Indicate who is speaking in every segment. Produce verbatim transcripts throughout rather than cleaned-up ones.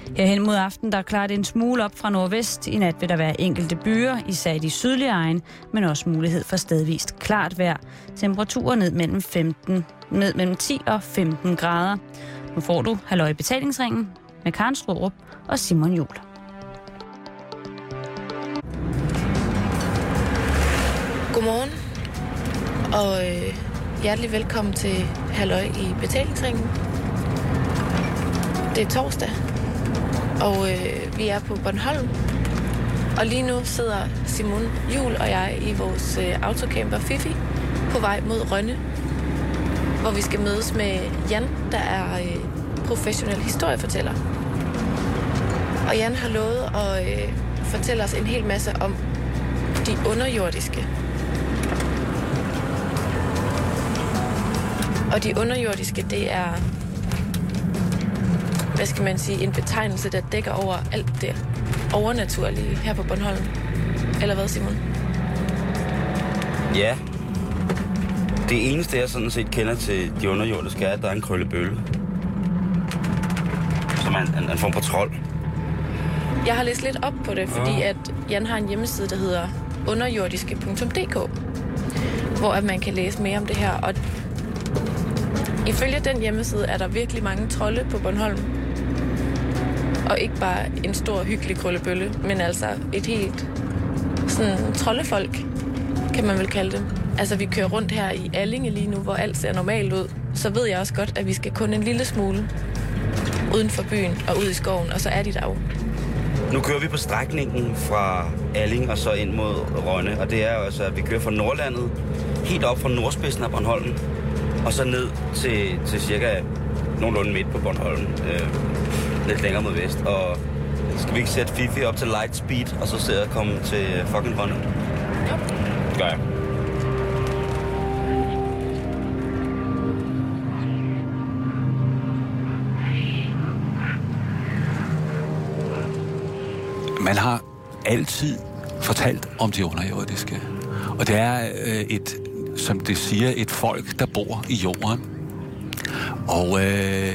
Speaker 1: Herhen mod aften, der klarer det en smule op fra nordvest. I nat vil der være enkelte byer, især i de sydlige egne, men også mulighed for stedvist klart vejr. Temperaturer ned mellem, femten, ned mellem ti og femten grader. Nu får du Halløj Betalingsringen med Karen Straarup og Simon Juhl.
Speaker 2: Godmorgen, og øh, hjertelig velkommen til Halløj i Betalingsringen. Det er torsdag, og øh, vi er på Bornholm. Og lige nu sidder Simon Juhl og jeg i vores øh, autocamper Fifi på vej mod Rønne, hvor vi skal mødes med Jan, der er øh, professionel historiefortæller. Og Jan har lovet at øh, fortælle os en hel masse om de underjordiske. Og de underjordiske, det er, hvad skal man sige, en betegnelse, der dækker over alt det overnaturlige her på Bornholm. Eller hvad, Simon?
Speaker 3: Ja. Det eneste, jeg sådan set kender til de underjordiske, er, at der er en krøllebølle. Som er en, en form for trold.
Speaker 2: Jeg har læst lidt op på det, fordi ja. at Jan har en hjemmeside, der hedder underjordiske punktum d k, hvor at man kan læse mere om det her. Og ifølge den hjemmeside er der virkelig mange trolde på Bornholm. Og ikke bare en stor, hyggelig krøllebølle, men altså et helt sådan troldefolk, kan man vel kalde det. Altså, vi kører rundt her i Allinge lige nu, hvor alt ser normalt ud. Så ved jeg også godt, at vi skal kun en lille smule uden for byen og ud i skoven, og så er de der jo.
Speaker 3: Nu kører vi på strækningen fra Alling og så ind mod Rønne, og det er altså, at vi kører fra Nordlandet, helt op fra nordspidsen af Bornholm, og så ned til, til cirka nogenlunde midt på Bornholm, øh, lidt længere mod vest. Og skal vi ikke sætte Fifi op til light speed, og så se at komme til fucking Rønne?
Speaker 2: Ja.
Speaker 3: Gør jeg.
Speaker 4: Man har altid fortalt om de underjordiske. Og det er øh, et, som det siger, et folk, der bor i jorden. Og øh,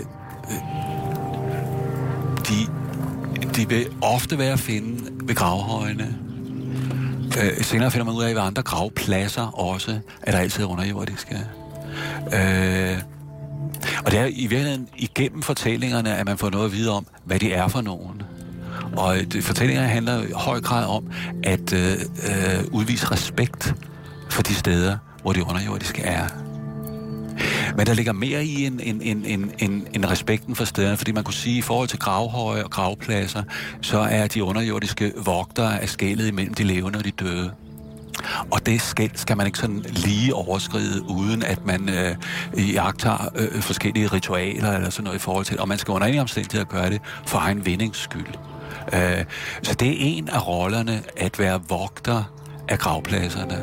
Speaker 4: de, de vil ofte være at finde ved gravhøjene. Øh, senere finder man ud af, ved andre gravpladser også, at der altid er underjordiske. Øh, og det er i virkeligheden igennem fortællingerne, at man får noget at vide om, hvad de er for nogen. Og fortællingerne handler i høj grad om at øh, øh, udvise respekt for de steder, hvor de underjordiske er. Men der ligger mere i en, en, en, en, en, en respekten for stederne, fordi man kunne sige, at i forhold til gravhøje og gravpladser, så er de underjordiske vogtere af skellet imellem de levende og de døde. Og det skel skal man ikke sådan lige overskride, uden at man øh, iagttager øh, forskellige ritualer eller sådan noget i forhold til, og man skal under ingen omstændighed gøre det for egen vindings skyld. Øh, så det er en af rollerne at være vogter af gravpladserne.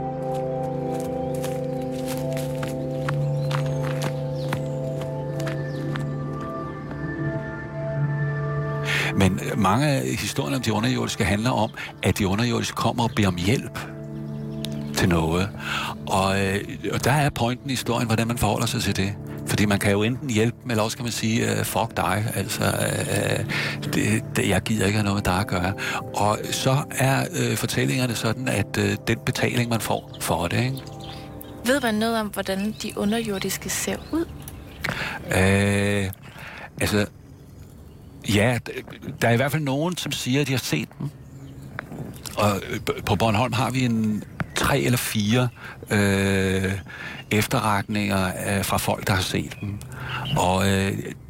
Speaker 4: Men mange af historierne om de underjordiske handler om, at de underjordiske kommer og beder om hjælp til noget. Og, øh, og der er pointen i historien, hvordan man forholder sig til det. Fordi man kan jo enten hjælpe dem, eller også kan man sige, uh, fuck dig, altså, uh, det, det, jeg gider ikke have noget med dig at gøre. Og så er uh, fortællingerne sådan, at uh, den betaling, man får for det, ikke?
Speaker 2: Ved man noget om, hvordan de underjordiske ser ud?
Speaker 4: Uh, altså, ja, der er i hvert fald nogen, som siger, at de har set dem. Og på Bornholm har vi en tre eller fire øh, efterretninger øh, fra folk, der har set dem. Og øh,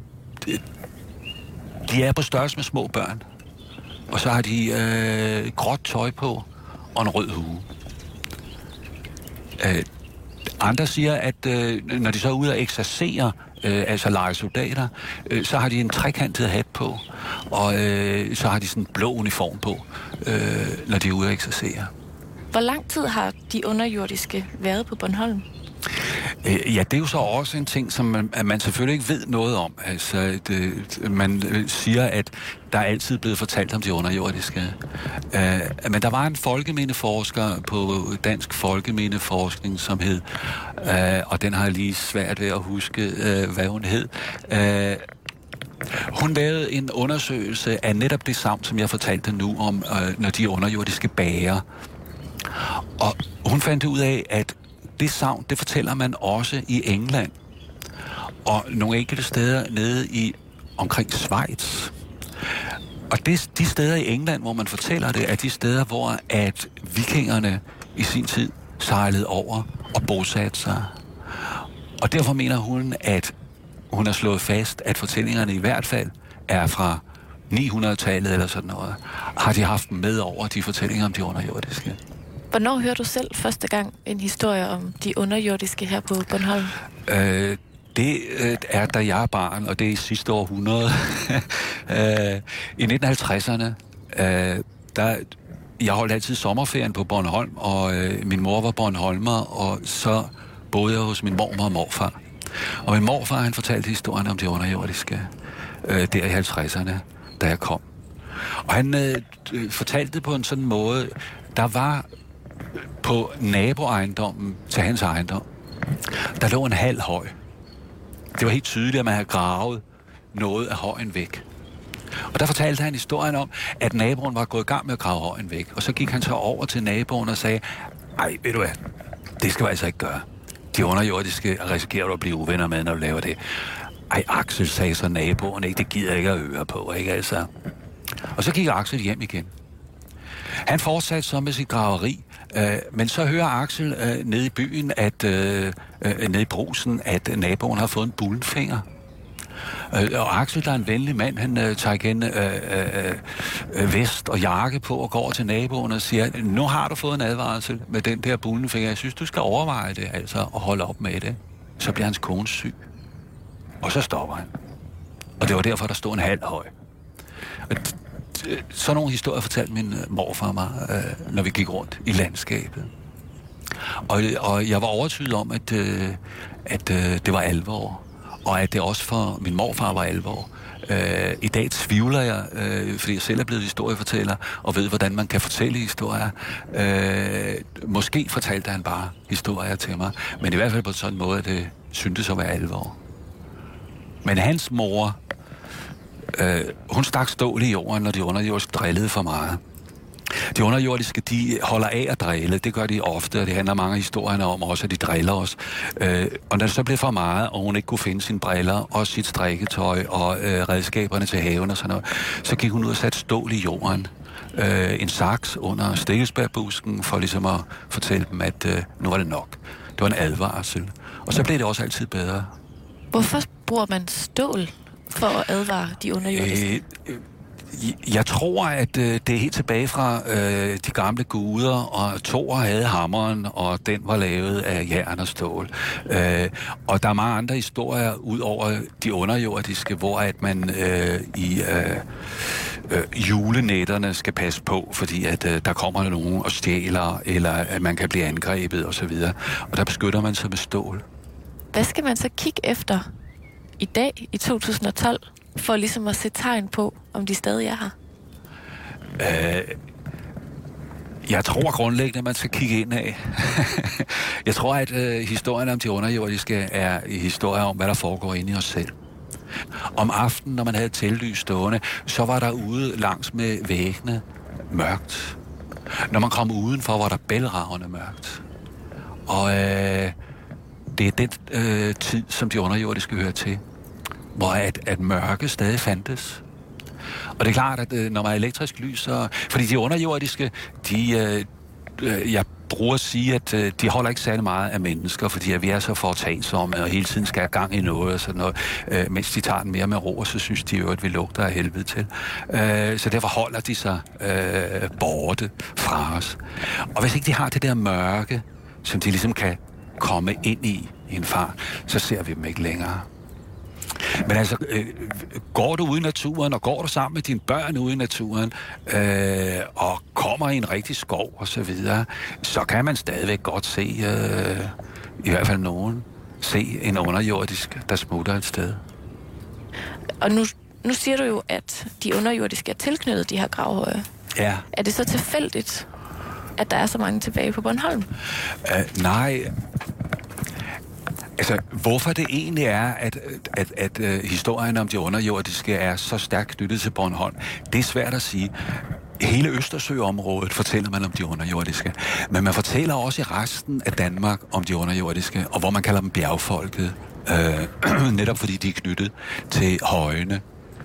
Speaker 4: de er på størrelse med små børn. Og så har de øh, gråt tøj på og en rød hue. Øh, andre siger, at øh, når de så er ude og eksercere, øh, altså lege soldater, øh, så har de en trekantet hat på, og øh, så har de sådan en blå uniform på, øh, når de er ude og eksercere.
Speaker 2: Hvor lang tid har de underjordiske været på Bornholm?
Speaker 4: Ja, det er jo så også en ting, som man, man selvfølgelig ikke ved noget om. Altså, det, man siger, at der er altid blevet fortalt om de underjordiske. Uh, men der var en folkemindeforsker på Dansk Folkemindeforskning, som hed, uh, og den har jeg lige svært ved at huske, uh, hvad hun hed. Uh, Hun lavede en undersøgelse af netop det savn, som jeg fortalte nu om, øh, når de er underjordiske bager. Og hun fandt ud af, at det savn, det fortæller man også i England. Og nogle enkelte steder nede i omkring Schweiz. Og det, de steder i England, hvor man fortæller det, er de steder, hvor at vikingerne i sin tid sejlede over og bosatte sig. Og derfor mener hun, at hun har slået fast, at fortællingerne i hvert fald er fra ni hundrede-tallet eller sådan noget. Har de haft med over de fortællinger om de underjordiske?
Speaker 2: Hvornår hører du selv første gang en historie om de underjordiske her på Bornholm?
Speaker 4: Øh, det øh, er, da jeg er barn, og det er i sidste århundrede. øh, I nitten halvtredserne, øh, der... Jeg holdt altid sommerferien på Bornholm, og øh, min mor var bornholmer, og så boede jeg hos min mormor og morfar. Og min morfar, han fortalte historien om de underjordiske, øh, der i halvtredserne, da jeg kom. Og han øh, fortalte det på en sådan måde, der var på naboejendommen til hans ejendom, der lå en halv høj. Det var helt tydeligt, at man havde gravet noget af højen væk. Og der fortalte han historien om, at naboen var gået i gang med at grave højen væk. Og så gik han så over til naboen og sagde, ej, ved du hvad, det skal vi altså ikke gøre. De underjordiske risikerer du at blive uvenner med, når du laver det. Ej, Axel, sagde så naboen, ikke? Det gider jeg ikke at høre på, ikke altså. Og så gik Axel hjem igen. Han fortsatte så med sit graveri, øh, men så hører Axel øh, nede i byen, at, øh, øh, nede i brusen, at naboen har fået en bullenfinger. Og Axel, der er en venlig mand, han øh, tager igen øh, øh, øh, vest og jakke på og går over til naboen og siger, nu har du fået en advarsel med den der bullenfinger. Jeg synes, du skal overveje det, altså, og holde op med det. Så bliver hans kone syg. Og så stopper han. Og det var derfor, der stod en halv høj. Sådan nogle historier fortalte min morfar mig, øh, når vi gik rundt i landskabet. Og, og jeg var overtydet om, at, øh, at øh, det var alvor. Og at det også for min morfar var alvor. Øh, I dag tvivler jeg, øh, fordi jeg selv er blevet historiefortæller, og ved, hvordan man kan fortælle historier. Øh, måske fortalte han bare historier til mig, men i hvert fald på sådan en måde, at det syntes at være alvor. Men hans mor, øh, hun stak stål i jorden, når de underjordiske drillede for meget. De underjordiske, de holder af at drille. Det gør de ofte, og det handler mange af historierne om også, at de driller os. Øh, og når det så blev for meget, og hun ikke kunne finde sine briller, og sit strikketøj, og øh, redskaberne til haven og sådan noget, så gik hun ud og satte stål i jorden. Øh, en saks under stikkelsbærbusken, for ligesom at fortælle dem, at øh, nu var det nok. Det var en advarsel. Og så blev det også altid bedre.
Speaker 2: Hvorfor bruger man stål for at advare de underjordiske? Øh,
Speaker 4: Jeg tror, at øh, det er helt tilbage fra øh, de gamle guder, og Thor havde hammeren, og den var lavet af jern og stål. Øh, og der er mange andre historier ud over de underjordiske, hvor at man øh, i øh, øh, julenætterne skal passe på, fordi at øh, der kommer nogen og stjæler, eller at man kan blive angrebet osv. Og der beskytter man sig med stål.
Speaker 2: Hvad skal man så kigge efter i dag, i to tusind og tolv? For ligesom at se tegn på, om de stadig er her?
Speaker 4: Øh, jeg tror grundlæggende, at man skal kigge ind af. Jeg tror, at øh, historien om de underjordiske er historier om, hvad der foregår inde i os selv. Om aftenen, når man havde tellys stående, så var der ude langs med væggene mørkt. Når man kom udenfor, var der bælragende mørkt. Og øh, det er den øh, tid, som de underjordiske hører til, hvor at, at mørke stadig fandtes. Og det er klart, at når man er elektrisk lys, så... Fordi de underjordiske, de... Øh, jeg bruger at sige, at øh, de holder ikke særlig meget af mennesker, fordi at vi er så foretagsomme, og hele tiden skal have gang i noget og sådan noget. Øh, mens de tager den mere med ro, så synes de jo, at vi lugter af helvede til. Øh, så derfor holder de sig øh, borte fra os. Og hvis ikke de har det der mørke, som de ligesom kan komme ind i, i en far, så ser vi dem ikke længere. Men altså, øh, går du ude i naturen, og går du sammen med dine børn ude i naturen, øh, og kommer i en rigtig skov og så videre, så kan man stadigvæk godt se, øh, i hvert fald nogen, se en underjordisk, der smutter et sted.
Speaker 2: Og nu, nu siger du jo, at de underjordiske er tilknyttet de her gravhøje.
Speaker 4: Ja.
Speaker 2: Er det så tilfældigt, at der er så mange tilbage på Bornholm?
Speaker 4: Øh, nej... Altså, hvorfor det egentlig er, at, at, at, at historien om de underjordiske er så stærkt knyttet til Bornholm, det er svært at sige. Hele Østersøområdet fortæller man om de underjordiske, men man fortæller også i resten af Danmark om de underjordiske, og hvor man kalder dem bjergfolket, øh, netop fordi de er knyttet til højene.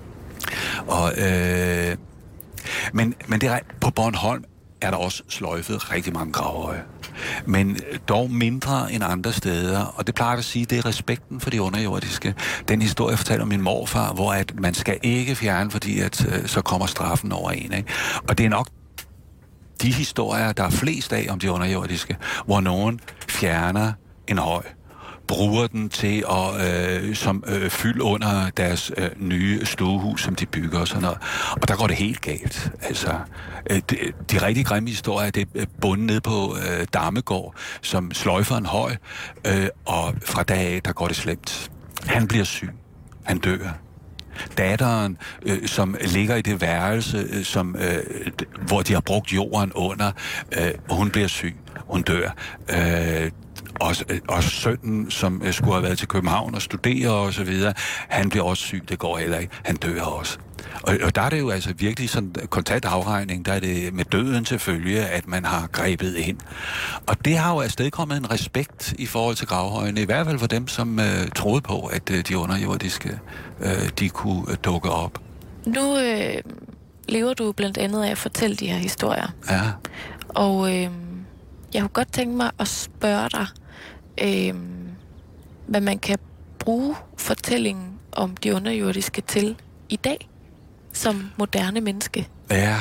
Speaker 4: Og, øh, men, men det er, på Bornholm er der også sløjfet rigtig mange gravhøje. Men dog mindre end andre steder, og det plejer at sige, det er respekten for de underjordiske. Den historie fortæller min morfar, hvor at man skal ikke fjerne, fordi at, øh, så kommer straffen over en. Ikke? Og det er nok de historier, der er flest af om de underjordiske, hvor nogen fjerner en høj, bruger den til at øh, som øh, fyld under deres øh, nye stuehus, som de bygger og sådan noget. Og der går det helt galt. Altså, øh, de, de rigtig grimme historier, det er bundet ned på øh, Dammegård, som sløjfer en høj, øh, og fra dag af, der går det slemt. Han bliver syg. Han dør. Datteren, øh, som ligger i det værelse, øh, som, øh, hvor de har brugt jorden under, øh, hun bliver syg. Hun dør. Øh, Og, og sønnen, som uh, skulle have været til København og studere og så videre, han bliver også syg, det går heller ikke. Han dør også. Og, og der er det jo altså virkelig sådan kontant afregning, der er det med døden til følge, at man har grebet ind. Og det har jo afstedkommet en respekt i forhold til gravhøjene, i hvert fald for dem, som uh, troede på, at uh, de underjordiske, uh, de kunne uh, dukke op. Nu øh,
Speaker 2: lever du blandt andet af at fortælle de her historier.
Speaker 4: Ja.
Speaker 2: Og øh, jeg kunne godt tænke mig at spørge dig, øh, hvad man kan bruge fortællingen om de underjordiske til i dag, som moderne menneske.
Speaker 4: Ja.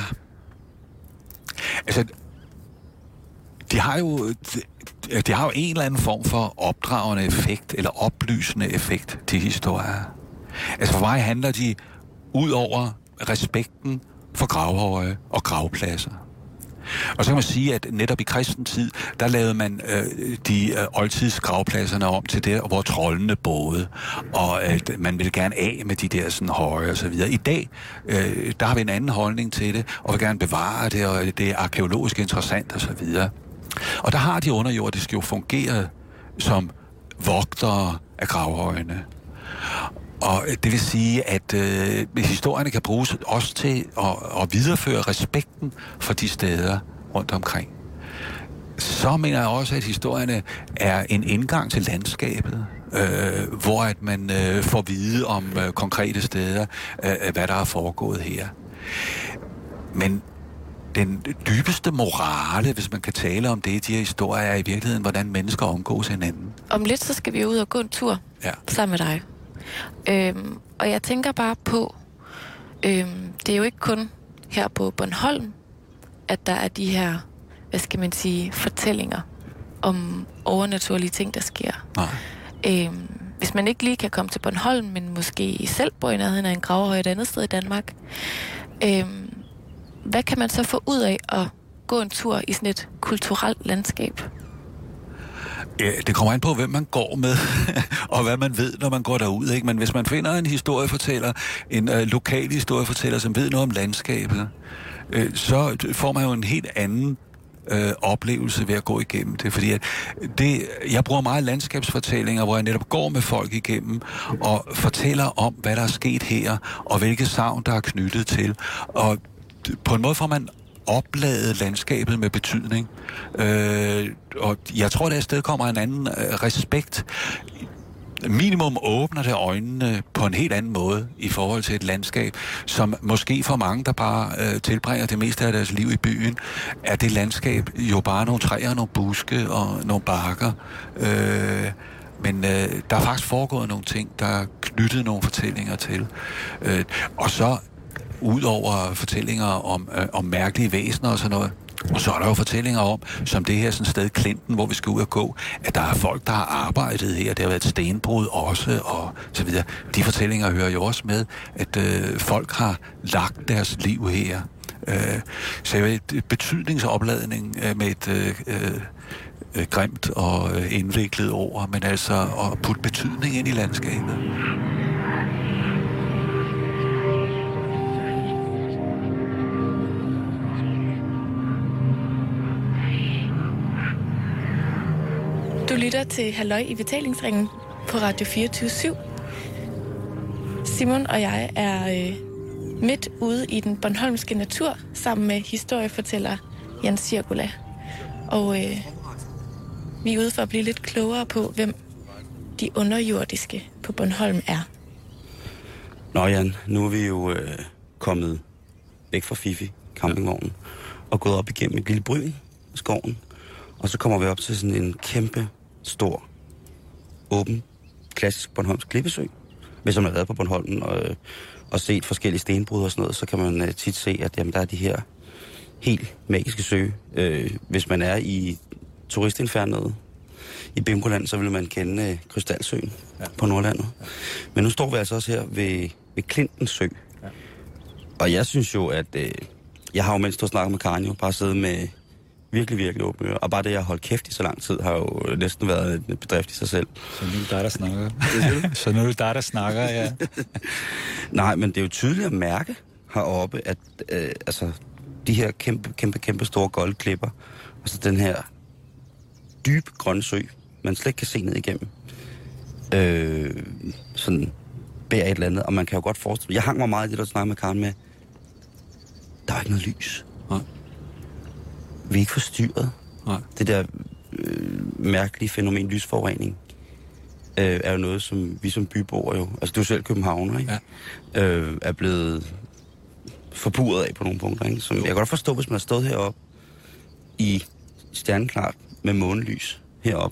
Speaker 4: Altså, de har jo, de, de har jo en eller anden form for opdragende effekt, eller oplysende effekt til historier. Altså for mig handler de ud over respekten for gravhøje og gravpladser. Og så kan man sige, at netop i kristen tid, der lavede man øh, de øh, oldtids gravpladserne om til der, hvor troldene boede, og øh, man ville gerne af med de der sådan høje og så videre. I dag, øh, der har vi en anden holdning til det, og vil gerne bevare det, og det er arkeologisk interessant og så videre. Og der har de underjordiske jo fungeret som vogtere af gravhøjene. Og det vil sige, at øh, historierne kan bruges også til at, at videreføre respekten for de steder rundt omkring. Så mener jeg også, at historierne er en indgang til landskabet, øh, hvor at man øh, får vide om øh, konkrete steder, øh, hvad der er foregået her. Men den dybeste morale, hvis man kan tale om det i de her historier, er i virkeligheden, hvordan mennesker omgås hinanden.
Speaker 2: Om lidt, så skal vi ud og gå en tur
Speaker 4: ja.
Speaker 2: sammen med dig. Øhm, og jeg tænker bare på, øhm, det er jo ikke kun her på Bornholm, at der er de her, hvad skal man sige, fortællinger om overnaturlige ting, der sker.
Speaker 4: Nej.
Speaker 2: Øhm, hvis man ikke lige kan komme til Bornholm, men måske selv bor i nærheden af en gravhøj et andet sted i Danmark, øhm, hvad kan man så få ud af at gå en tur i sådan et kulturelt landskab?
Speaker 4: Ja, det kommer an på, hvem man går med, og hvad man ved, når man går derud, ikke? Men hvis man finder en historiefortæller, en øh, lokal historiefortæller, som ved noget om landskabet, øh, så får man jo en helt anden øh, oplevelse ved at gå igennem det. Fordi at det, jeg bruger meget landskabsfortællinger, hvor jeg netop går med folk igennem og fortæller om, hvad der er sket her, og hvilke savn, der er knyttet til. Og på en måde får man opladet landskabet med betydning. Øh, og jeg tror, der i stedet kommer en anden øh, respekt. Minimum åbner det øjnene på en helt anden måde i forhold til et landskab, som måske for mange, der bare øh, tilbringer det meste af deres liv i byen, er det landskab jo bare nogle træer, nogle buske og nogle bakker. Øh, Men øh, der er faktisk foregået nogle ting, der er knyttet nogle fortællinger til. Øh, og så udover fortællinger om, øh, om mærkelige væsener og sådan noget, og så er der jo fortællinger om, som det her sådan sted Klinten, hvor vi skal ud og gå, at der er folk, der har arbejdet her, der har været et stenbrud også, og så videre. De fortællinger hører jo også med, at øh, folk har lagt deres liv her. Øh, så jeg ved, et betydningsopladning øh, med et øh, øh, grimt og øh, indviklet ord, men altså at putte betydning ind i landskabet.
Speaker 2: Du lytter til Halløj i Betalingsringen på Radio fireogtyve syv. Simon og jeg er øh, midt ude i den bornholmske natur sammen med historiefortæller Jan Cirkula. Og øh, vi er ude for at blive lidt klogere på, hvem de underjordiske på Bornholm er.
Speaker 3: Nå Jan, nu er vi jo øh, kommet væk fra Fifi, campingvognen, og gået op igennem et lille bryn, skoven. Og så kommer vi op til sådan en kæmpe, stor, åben, klassisk bornholmsk klippesø. Hvis man har været på Bornholm og, og set forskellige stenbrud og sådan noget, så kan man uh, tit se, at jamen, der er de her helt magiske sø. Uh, hvis man er i turistinfernet i Bingoland, så vil man kende uh, Krystalsøen ja. på Nordlandet. Ja. Men nu står vi altså også her ved, ved Klintens Sø. Ja. Og jeg synes jo, at uh, jeg har jo mens du snakker med Karen jo bare siddet med virkelig, virkelig åbne ører. Og bare det, jeg har holdt kæft i så lang tid, har jo næsten været en bedrift i sig selv.
Speaker 4: Så nu er det dig, der snakker. Så nu er det dig, der snakker, ja.
Speaker 3: Nej, men det er jo tydeligt at mærke heroppe, at øh, altså, de her kæmpe, kæmpe, kæmpe store goldklipper, og så den her dybe grønne sø, man slet ikke kan se ned igennem, øh, sådan bærer et eller andet. Og man kan jo godt forestille, jeg hang mig meget i det, der snakker med Karen med, der var ikke noget lys.
Speaker 4: Nej.
Speaker 3: Vi er ikke forstyrret.
Speaker 4: Nej.
Speaker 3: Det der øh, mærkelige fænomen, lysforurening, øh, er jo noget, som vi som byboere jo, altså du er selv københavner, ikke? Ja. Øh, er blevet forpurret af på nogle punkter, ikke? Som, jeg kan godt forstå, hvis man har stået heroppe i stjerneklart med månelys heroppe,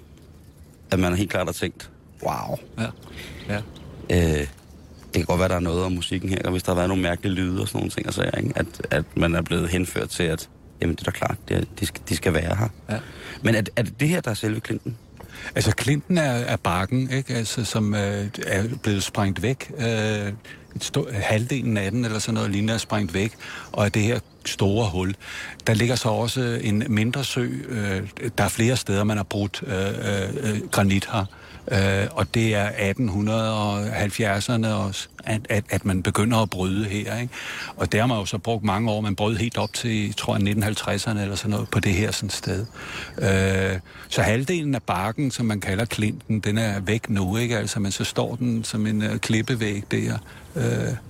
Speaker 3: at man helt klart har tænkt, wow.
Speaker 4: Ja. Ja.
Speaker 3: Øh, det kan godt være, der er noget om musikken her, og hvis der har været nogle mærkelige lyde og sådan nogle ting, og så, ikke? At, at man er blevet henført til, at jamen, det er da klart, det er, de, skal, de skal være her. Ja. Men er, er det det her, der er selve Klinten?
Speaker 4: Altså, Klinten er, er bakken, ikke? Altså, som øh, er blevet sprængt væk. Øh, et stå, halvdelen af den, eller sådan noget lignende, er sprængt væk. Og af det her store hul. Der ligger så også en mindre sø. Øh, der er flere steder, man har brudt øh, øh, granit her. Uh, og det er atten halvfjerdserne også, at, at, at man begynder at bryde her, ikke? Og der har man jo så brugt mange år. Man brød helt op til, tror jeg, nitten halvtredserne eller sådan noget på det her sådan sted. Uh, så halvdelen af bakken, som man kalder Klinten, den er væk nu, ikke? Altså, men så står den som en uh, klippevæg der. Uh,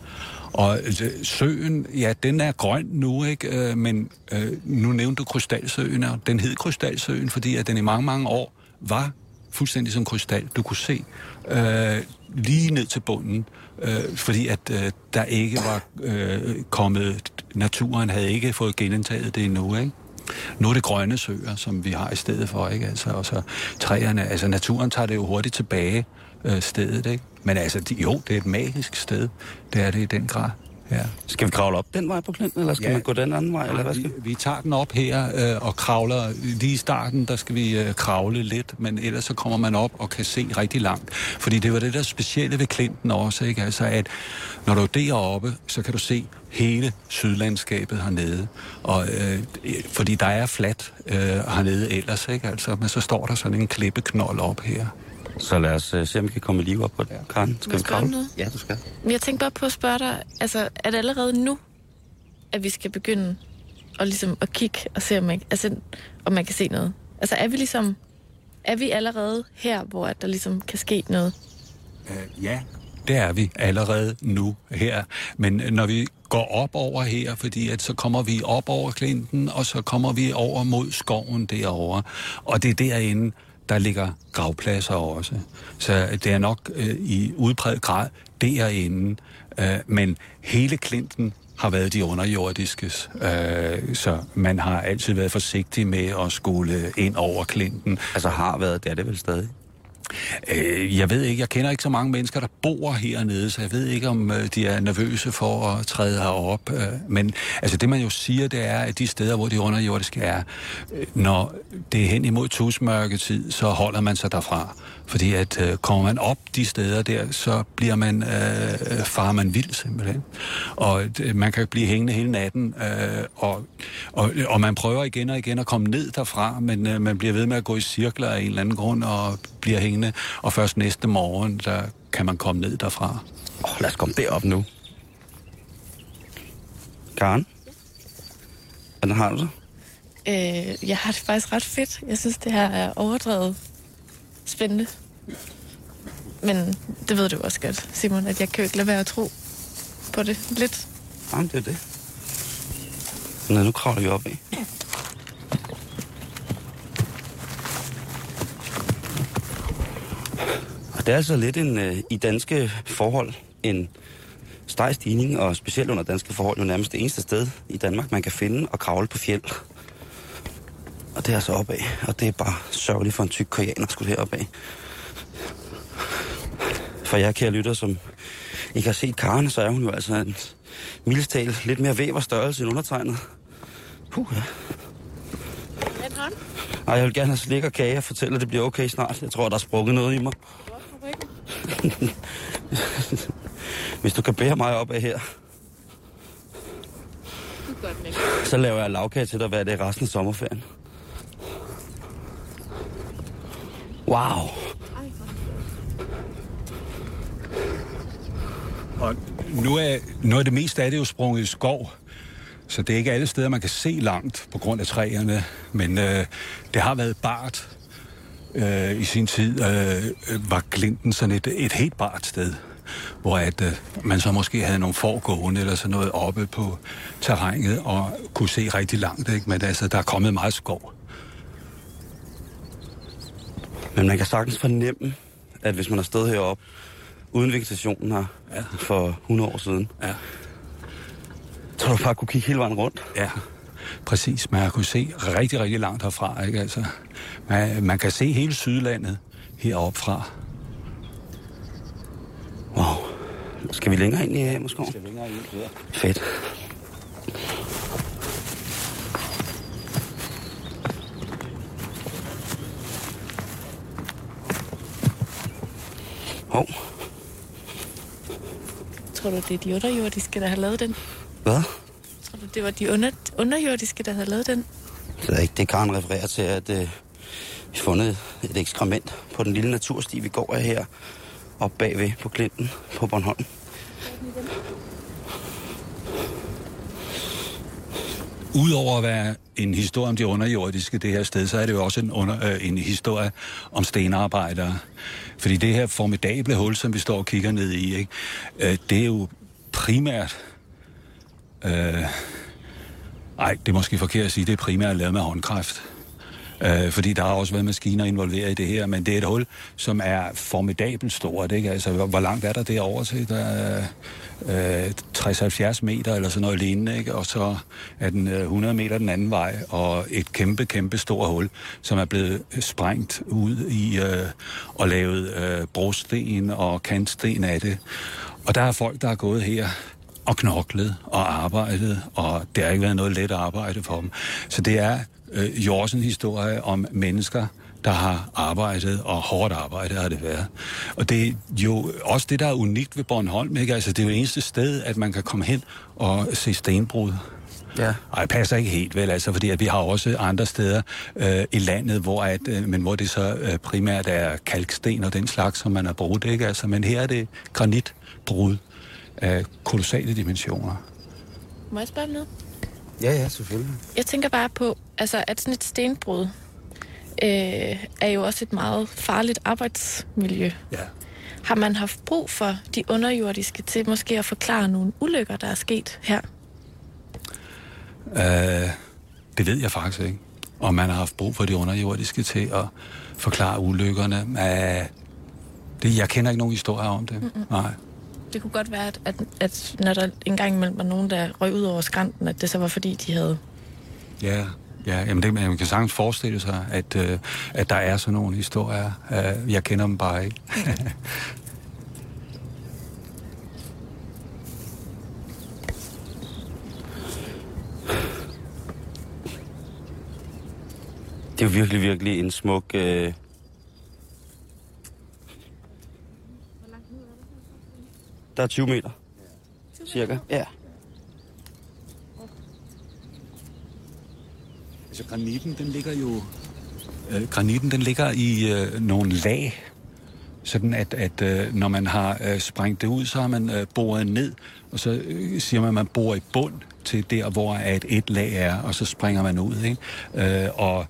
Speaker 4: og uh, søen, ja, den er grøn nu, ikke? Uh, men uh, nu nævnte du Krystalsøen, og den hed Krystalsøen, fordi at den i mange, mange år var fuldstændig som krystal. Du kunne se øh, lige ned til bunden, øh, fordi at øh, der ikke var øh, kommet, naturen havde ikke fået genindtaget det endnu, ikke? Nu er det grønne søer, som vi har i stedet for, ikke? Altså, og så træerne, altså naturen tager det jo hurtigt tilbage, øh, stedet, ikke? Men altså, de, jo, det er et magisk sted. Det er det i den grad. Ja.
Speaker 3: Skal vi kravle op den vej på Klinten, eller skal ja. man gå den anden vej? Ja, eller hvad skal?
Speaker 4: Vi, vi tager den op her øh, og kravler. Lige i starten, der skal vi øh, kravle lidt, men ellers så kommer man op og kan se rigtig langt. Fordi det var det der specielle ved Klinten også, ikke? Altså, at når du er deroppe, så kan du se hele sydlandskabet hernede. Og, øh, fordi der er fladt øh, hernede ellers, ikke? Altså, men så står der sådan en klippeknold op her.
Speaker 3: Så lad os uh, se, om vi kan komme liv op på det. Ja. Karen, skal vi kravle?
Speaker 2: Noget?
Speaker 3: Ja, du skal.
Speaker 2: Men jeg tænkte bare på at spørge dig, altså, er det allerede nu, at vi skal begynde at, ligesom, at kigge og se, om man, altså, om man kan se noget? Altså, er vi ligesom, er vi allerede her, hvor der ligesom kan ske noget?
Speaker 4: Uh, ja, det er vi allerede nu her. Men når vi går op over her, fordi at så kommer vi op over Klinten, og så kommer vi over mod skoven derovre. Og det er derinde, der ligger gravpladser også. Så det er nok øh, i udpræget grad derinde. Øh, men hele Klinten har været de underjordiskes. Øh, så man har altid været forsigtig med at skulle ind over Klinten.
Speaker 3: Altså har været, det er det vel stadig?
Speaker 4: Øh, jeg ved ikke, jeg kender ikke så mange mennesker, der bor hernede, så jeg ved ikke, om øh, de er nervøse for at træde herop. Øh, men altså, det man jo siger, det er, at de steder, hvor de underjordiske er, øh, når det er hen imod tusmørketid, så holder man sig derfra. Fordi at øh, kommer man op de steder der, så bliver man, øh, farer man vild simpelthen. Og øh, man kan blive hængende hele natten, øh, og, og, og man prøver igen og igen at komme ned derfra, men øh, man bliver ved med at gå i cirkler af en eller anden grund, og bliver hængende, og først næste morgen, der kan man komme ned derfra.
Speaker 3: Åh, oh, lad os komme derop nu. Karen? Hvordan har du det?
Speaker 2: Øh, jeg har det faktisk ret fedt. Jeg synes, det her er overdrevet spændende. Men det ved du også godt, Simon, at jeg kan jo ikke lade være at tro på det lidt.
Speaker 3: Jamen, det er det. Nå, nu kravler vi op af. Og det er altså lidt en, øh, i danske forhold, en stejl stigning, og specielt under danske forhold, jo nærmest det eneste sted i Danmark, man kan finde og kravle på fjeld. Og det er altså opad, og det er bare sørgeligt for en tyk koreaner at skulle heroppe af. For jer, kære lytter, som ikke har set Karen, så er hun jo altså en mildest talt lidt mere væv og størrelse end undertegnet. Puh, ja.
Speaker 2: En hånd?
Speaker 3: Ej, jeg vil gerne have slik og kage og fortælle, at det bliver okay snart. Jeg tror, der er sprukket noget i mig. Hvis du kan bære mig op af her, så laver jeg lavkage til dig hver dag resten af sommerferien. Wow.
Speaker 4: Og nu er, nu er det meste af det jo sprunget i skov, så det er ikke alle steder, man kan se langt på grund af træerne, men øh, det har været bart. Øh, I sin tid øh, var Glinten sådan et, et helt bart sted, hvor at, øh, man så måske havde nogle forgående eller sådan noget oppe på terrænet og kunne se rigtig langt, ikke? Men altså, der er kommet meget skov.
Speaker 3: Men man kan sagtens fornemme, at hvis man har stået heroppe uden vegetationen her ja. for hundrede år siden,
Speaker 4: ja.
Speaker 3: så du bare kunne kigge hele vejen rundt.
Speaker 4: Ja, præcis. Man har kunne se rigtig, rigtig langt herfra, ikke? Altså, man, man kan se hele Sydlandet heroppe fra.
Speaker 3: Wow. Skal vi længere ind i Hamerskoven?
Speaker 4: Skal vi længere ind, ja.
Speaker 3: Fedt. Hov.
Speaker 2: Tror du, det er de underjordiske, der har lavet den?
Speaker 3: Hvad?
Speaker 2: Tror du, det var de under, underjordiske, der havde lavet den?
Speaker 3: Det er ikke det, Karen refererer til, at øh, vi har fundet et ekskrement på den lille natursti, vi går af her, op bagved på Klinten på Bornholm.
Speaker 4: Udover at være en historie om de underjordiske det her sted, så er det jo også en, under, øh, en historie om stenarbejdere. Fordi det her formidable hul, som vi står og kigger ned i, ikke, øh, det er jo primært... Øh, ej, det er måske forkert at sige, det er primært lavet med håndkraft. Øh, fordi der har også været maskiner involveret i det her, men det er et hul, som er formidabelt stort, ikke? Altså, hvor, hvor langt er der derovre til? Der er øh, tres til halvfjerds meter eller sådan noget lignende, ikke? Og så er den øh, hundrede meter den anden vej, og et kæmpe, kæmpe stort hul, som er blevet sprængt ud i øh, og lavet øh, brosten og kantsten af det. Og der er folk, der er gået her og knoklet og arbejdet, og det har ikke været noget let arbejde for dem. Så det er øh, jo også en historie om mennesker, der har arbejdet, og hårdt arbejde har det været. Og det er jo også det, der er unikt ved Bornholm, ikke? Altså, det er jo det eneste sted, at man kan komme hen og se stenbrud. Ja. Ej, det passer ikke helt vel, altså, fordi at vi har også andre steder øh, i landet, hvor, at, øh, men hvor det så øh, primært er kalksten og den slags, som man har brugt, ikke? Altså, men her er det granitbrud af kolossale dimensioner.
Speaker 2: Må jeg spørge noget?
Speaker 3: Ja, ja, selvfølgelig.
Speaker 2: Jeg tænker bare på, altså, at sådan et stenbrud øh, er jo også et meget farligt arbejdsmiljø.
Speaker 4: Ja.
Speaker 2: Har man haft brug for de underjordiske til måske at forklare nogle ulykker, der er sket her?
Speaker 4: Uh, det ved jeg faktisk ikke. Om man har haft brug for de underjordiske til at forklare ulykkerne. Uh, det, jeg kender ikke nogen historier om det. Mm-mm. Nej.
Speaker 2: Det kunne godt være, at, at, at når der engang imellem var nogen, der røg ud over skrænten, at det så var fordi, de havde...
Speaker 4: Ja, ja jamen det, man kan sagtens forestille sig, at, uh, at der er sådan nogle historier. Uh, jeg kender dem bare ikke.
Speaker 3: Det er jo virkelig, virkelig en smuk... Øh... Der er tyve meter. Cirka, ja.
Speaker 4: Altså granitten, den ligger jo... Øh, granitten, den ligger i øh, nogle lag. Sådan at, at øh, når man har øh, sprængt det ud, så har man øh, boret ned. Og så øh, siger man, at man borer i bund til der, hvor et, et lag er, og så springer man ud, ikke? Øh, og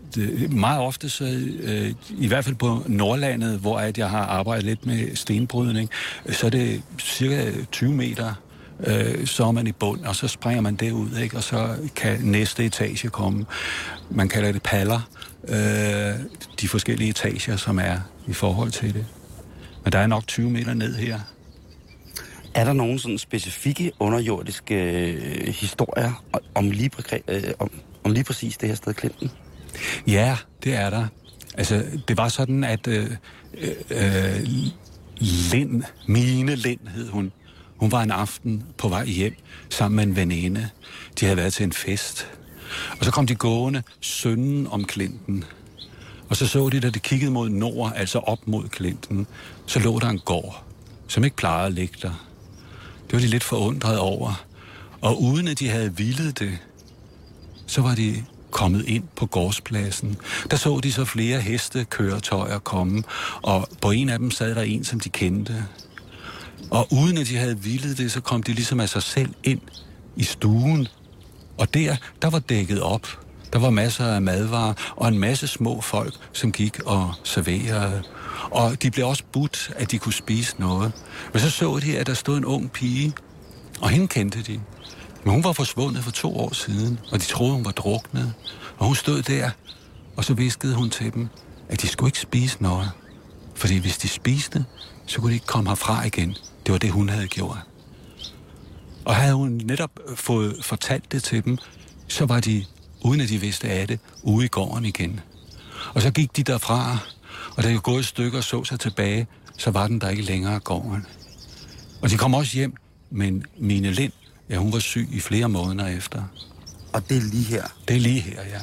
Speaker 4: det, meget ofte, så, øh, i hvert fald på Nordlandet, hvor at jeg har arbejdet lidt med stenbrydning, så er det cirka tyve meter, øh, så er man i bund, og så springer man derud, ikke? Og så kan næste etage komme. Man kalder det paller, øh, de forskellige etager, som er i forhold til det. Men der er nok tyve meter ned her.
Speaker 3: Er der nogle sådan specifikke underjordiske øh, historier om lige, øh, om, om lige præcis det her sted, Klinten?
Speaker 4: Ja, det er der. Altså, det var sådan, at øh, øh, Lind, Mine Lind hed hun. Hun var en aften på vej hjem sammen med en veninde. De havde været til en fest. Og så kom de gående sønden om Klinten. Og så så de, da de kiggede mod nord, altså op mod Klinten, så lå der en gård, som ikke plejede at ligge der. Det var de lidt forundret over. Og uden at de havde villet det, så var de kommet ind på gårdspladsen. Der så de så flere hestekøretøjer komme, og på en af dem sad der en, som de kendte. Og uden at de havde villet det, så kom de ligesom af sig selv ind i stuen. Og der, der var dækket op. Der var masser af madvarer og en masse små folk, som gik og serverede. Og de blev også budt, at de kunne spise noget. Men så så de, at der stod en ung pige, og hende kendte de. Men hun var forsvundet for to år siden, og de troede, hun var druknet. Og hun stod der, og så viskede hun til dem, at de skulle ikke spise noget. Fordi hvis de spiste, så kunne de ikke komme herfra igen. Det var det, hun havde gjort. Og havde hun netop fået fortalt det til dem, så var de, uden at de vidste af det, ude i gården igen. Og så gik de derfra, og da de gået et stykke og så sig tilbage, så var den der ikke længere gården. Og de kom også hjem, men Mine Lind, ja, hun var syg i flere måneder efter.
Speaker 3: Og det er lige her?
Speaker 4: Det er lige her, ja.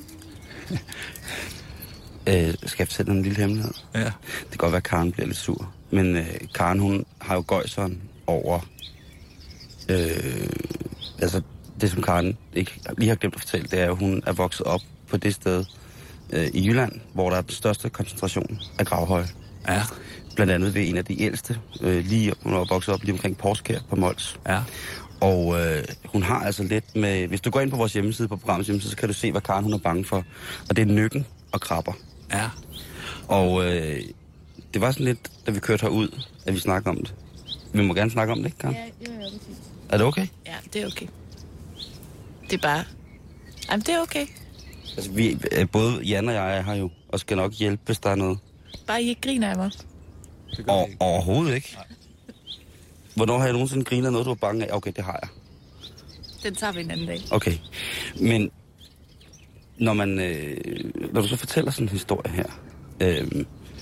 Speaker 3: øh, skal jeg fortælle en lille hemmelighed?
Speaker 4: Ja.
Speaker 3: Det kan godt være, at Karen bliver lidt sur. Men øh, Karen, hun har jo gøjseren over... Øh, altså, det som Karen ikke lige har glemt at fortælle, det er, at hun er vokset op på det sted øh, i Jylland, hvor der er den største koncentration af gravhøje.
Speaker 4: Ja.
Speaker 3: Blandt andet ved en af de ældste, øh, lige hun var vokset op lige omkring Porskær på Mols.
Speaker 4: Ja.
Speaker 3: Og øh, hun har altså lidt med... Hvis du går ind på vores hjemmeside, på programmets hjemmeside, så kan du se, hvad Karen hun er bange for. Og det er nykken og krabber.
Speaker 4: Ja.
Speaker 3: Og øh, det var sådan lidt, da vi kørte herud, at vi snakkede om det. Vi må gerne snakke om det, ikke, Karen?
Speaker 2: Ja, ja, ja, det er fint.
Speaker 3: Er det okay?
Speaker 2: Ja, det er okay. Det er bare... Jamen, det er okay.
Speaker 3: Altså, vi, både Jan og jeg er her jo, og skal nok hjælpe, hvis der er noget.
Speaker 2: Bare I ikke griner af mig.
Speaker 3: Og, overhovedet ikke. Nej. Hvornår har jeg nogensinde grinet af noget, du var bange af? Okay, det har jeg.
Speaker 2: Den tager vi en anden dag.
Speaker 3: Okay. Men når man... Øh, når du så fortæller sådan en historie her, øh,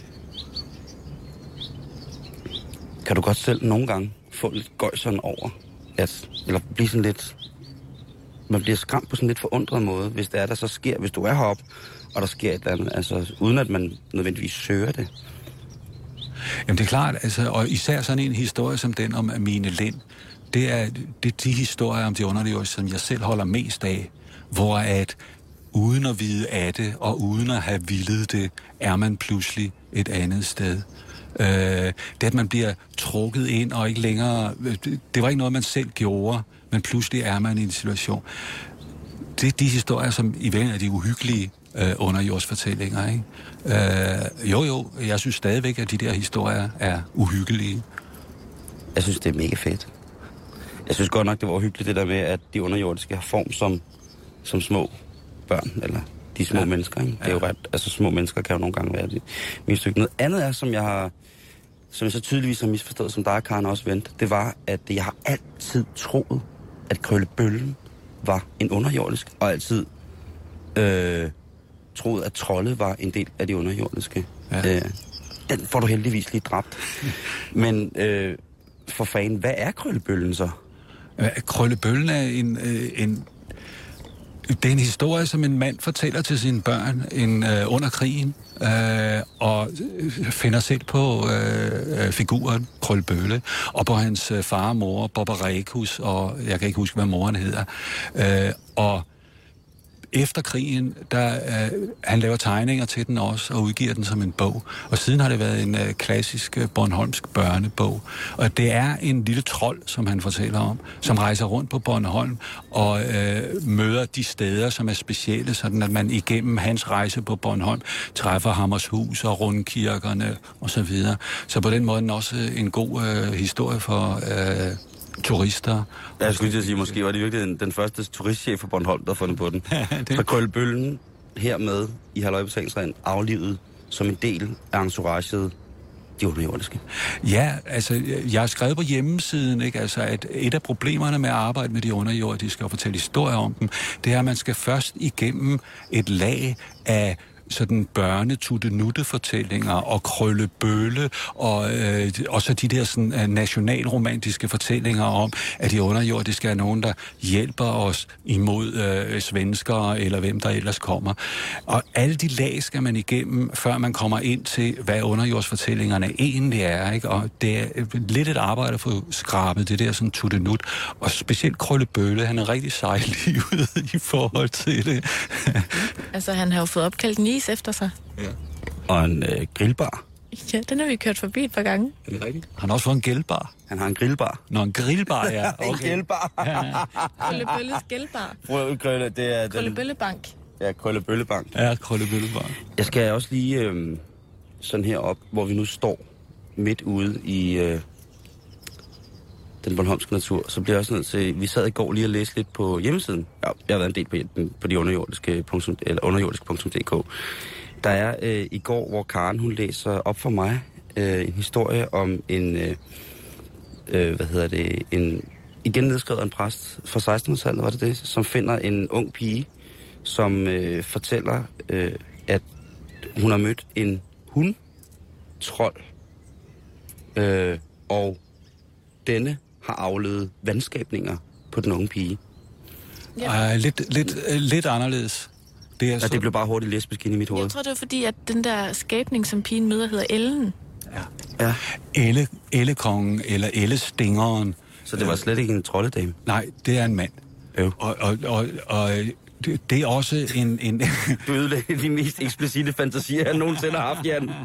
Speaker 3: kan du godt selv nogle gange få lidt gøjseren over, at, eller blive sådan lidt... Man bliver skræmt på sådan lidt forundret måde, hvis det er, der så sker, hvis du er heroppe, og der sker et eller andet, altså uden at man nødvendigvis søger det.
Speaker 4: Jamen det er klart, altså, og især sådan en historie som den om Mine Lind, det er, det er de historier om de underlevelser, som jeg selv holder mest af, hvor at uden at vide af det, og uden at have villet det, er man pludselig et andet sted. Øh, det at man bliver trukket ind og ikke længere, det, det var ikke noget, man selv gjorde, men pludselig er man i en situation. Det er de historier, som i virkeligheden er de uhyggelige øh, underjordsfortællinger, ikke? Øh, jo, jo, jeg synes stadigvæk, at de der historier er uhyggelige.
Speaker 3: Jeg synes, det er mega fedt. Jeg synes godt nok, det var uhyggeligt, det der med, at de underjordiske har form som, som små børn, eller de små ja. mennesker, ikke? Det er jo ret, altså små mennesker kan jo nogle gange være det mest stykke. Noget andet er, som jeg har, som jeg så tydeligvis har misforstået, som dig og Karen også vendte, det var, at jeg har altid troet, at Krøllebøllen var en underjordisk, og altid øh, troet, at trolde var en del af de underjordiske. Ja. Øh, den får du heldigvis lige dræbt. Men øh, for fanden, hvad er Krøllebøllen så?
Speaker 4: Krøllebøllen er en, øh, en... Det er en historie, som en mand fortæller til sine børn en, øh, under krigen, øh, og finder selv på øh, figuren Krøllebølle, og på hans øh, far og mor, Bobber Rekus, og jeg kan ikke huske, hvad moren hedder. Øh, og efter krigen, der øh, han laver tegninger til den også, og udgiver den som en bog. Og siden har det været en øh, klassisk øh, bornholmsk børnebog. Og det er en lille trold, som han fortæller om, som rejser rundt på Bornholm og øh, møder de steder, som er specielle, sådan at man igennem hans rejse på Bornholm træffer Hammershus og rundkirkerne og så videre. Så på den måde også en god øh, historie for øh, turister.
Speaker 3: Jeg skulle lige sige, måske var det virkelig den, den første turistchef for Bornholm, der har fundet på den.
Speaker 4: det...
Speaker 3: Så Krøllebøllen hermed i Halløjbetalingsringen aflivet som en del af entouraget de underjordiske.
Speaker 4: Ja, altså, jeg har skrevet på hjemmesiden, ikke, altså, at et af problemerne med at arbejde med de underjordiske og fortælle historier om dem, det er, at man skal først igennem et lag af sådan børnetutte-nutte-fortællinger og krøllebølle og, øh, og så de der sådan, uh, nationalromantiske fortællinger om, at de underjordiske er nogen, der hjælper os imod øh, svenskere eller hvem der ellers kommer. Og alle de lag skal man igennem, før man kommer ind til, hvad underjordsfortællingerne egentlig er. Ikke? Og det er lidt et arbejde at få skrabet det der sådan tutte-nut. Og specielt krøllebølle, han er rigtig sejlivet i forhold til det.
Speaker 2: Altså, han har jo fået opkaldt en is efter sig.
Speaker 4: Ja.
Speaker 3: Og en øh, grillbar.
Speaker 2: Ja, den har vi kørt forbi et par gange.
Speaker 4: Er det rigtigt? Han har også fået en gælbar.
Speaker 3: Han har en grillbar.
Speaker 4: Nå, en grillbar, ja. Okay.
Speaker 3: En grillbar.
Speaker 2: Krøllebølles gælbar.
Speaker 3: Krølle, det er
Speaker 2: Krøllebøllebank.
Speaker 3: Ja, Krøllebøllebank.
Speaker 4: Ja, Krøllebøllebank.
Speaker 3: Jeg skal også lige øh, sådan her op, hvor vi nu står midt ude i øh, den bornholmske natur. Så bliver jeg også nødt til, vi sad i går lige og læste lidt på hjemmesiden. Ja, jeg har været en del på, på de underjordiske, eller underjordiske punktum d k. Der er øh, i går, hvor Karen hun læser op for mig øh, en historie om en, øh, øh, hvad hedder det, en igen nedskrevet en præst fra sekstenhundredetallet, var det det, som finder en ung pige, som øh, fortæller, øh, at hun har mødt en hundtrold, øh, og denne har afledet vandskabninger på den unge pige.
Speaker 2: Ja.
Speaker 4: Uh, lidt, lidt, uh, lidt anderledes. Det, er
Speaker 3: ja,
Speaker 4: så...
Speaker 3: det blev bare hurtigt lesbisk ind i mit hoved.
Speaker 2: Jeg tror, det var fordi, at den der skabning, som pigen møder, hedder Ellen.
Speaker 4: Ja. Ja. Elle, ellekongen, eller ellestingeren.
Speaker 3: Så det var slet ikke en trolddame?
Speaker 4: Nej, det er en mand.
Speaker 3: Jo.
Speaker 4: Og, og, og, og det, det er også en... en
Speaker 3: du ødelægger de mest eksplicite fantasier, jeg nogensinde har haft, Jan.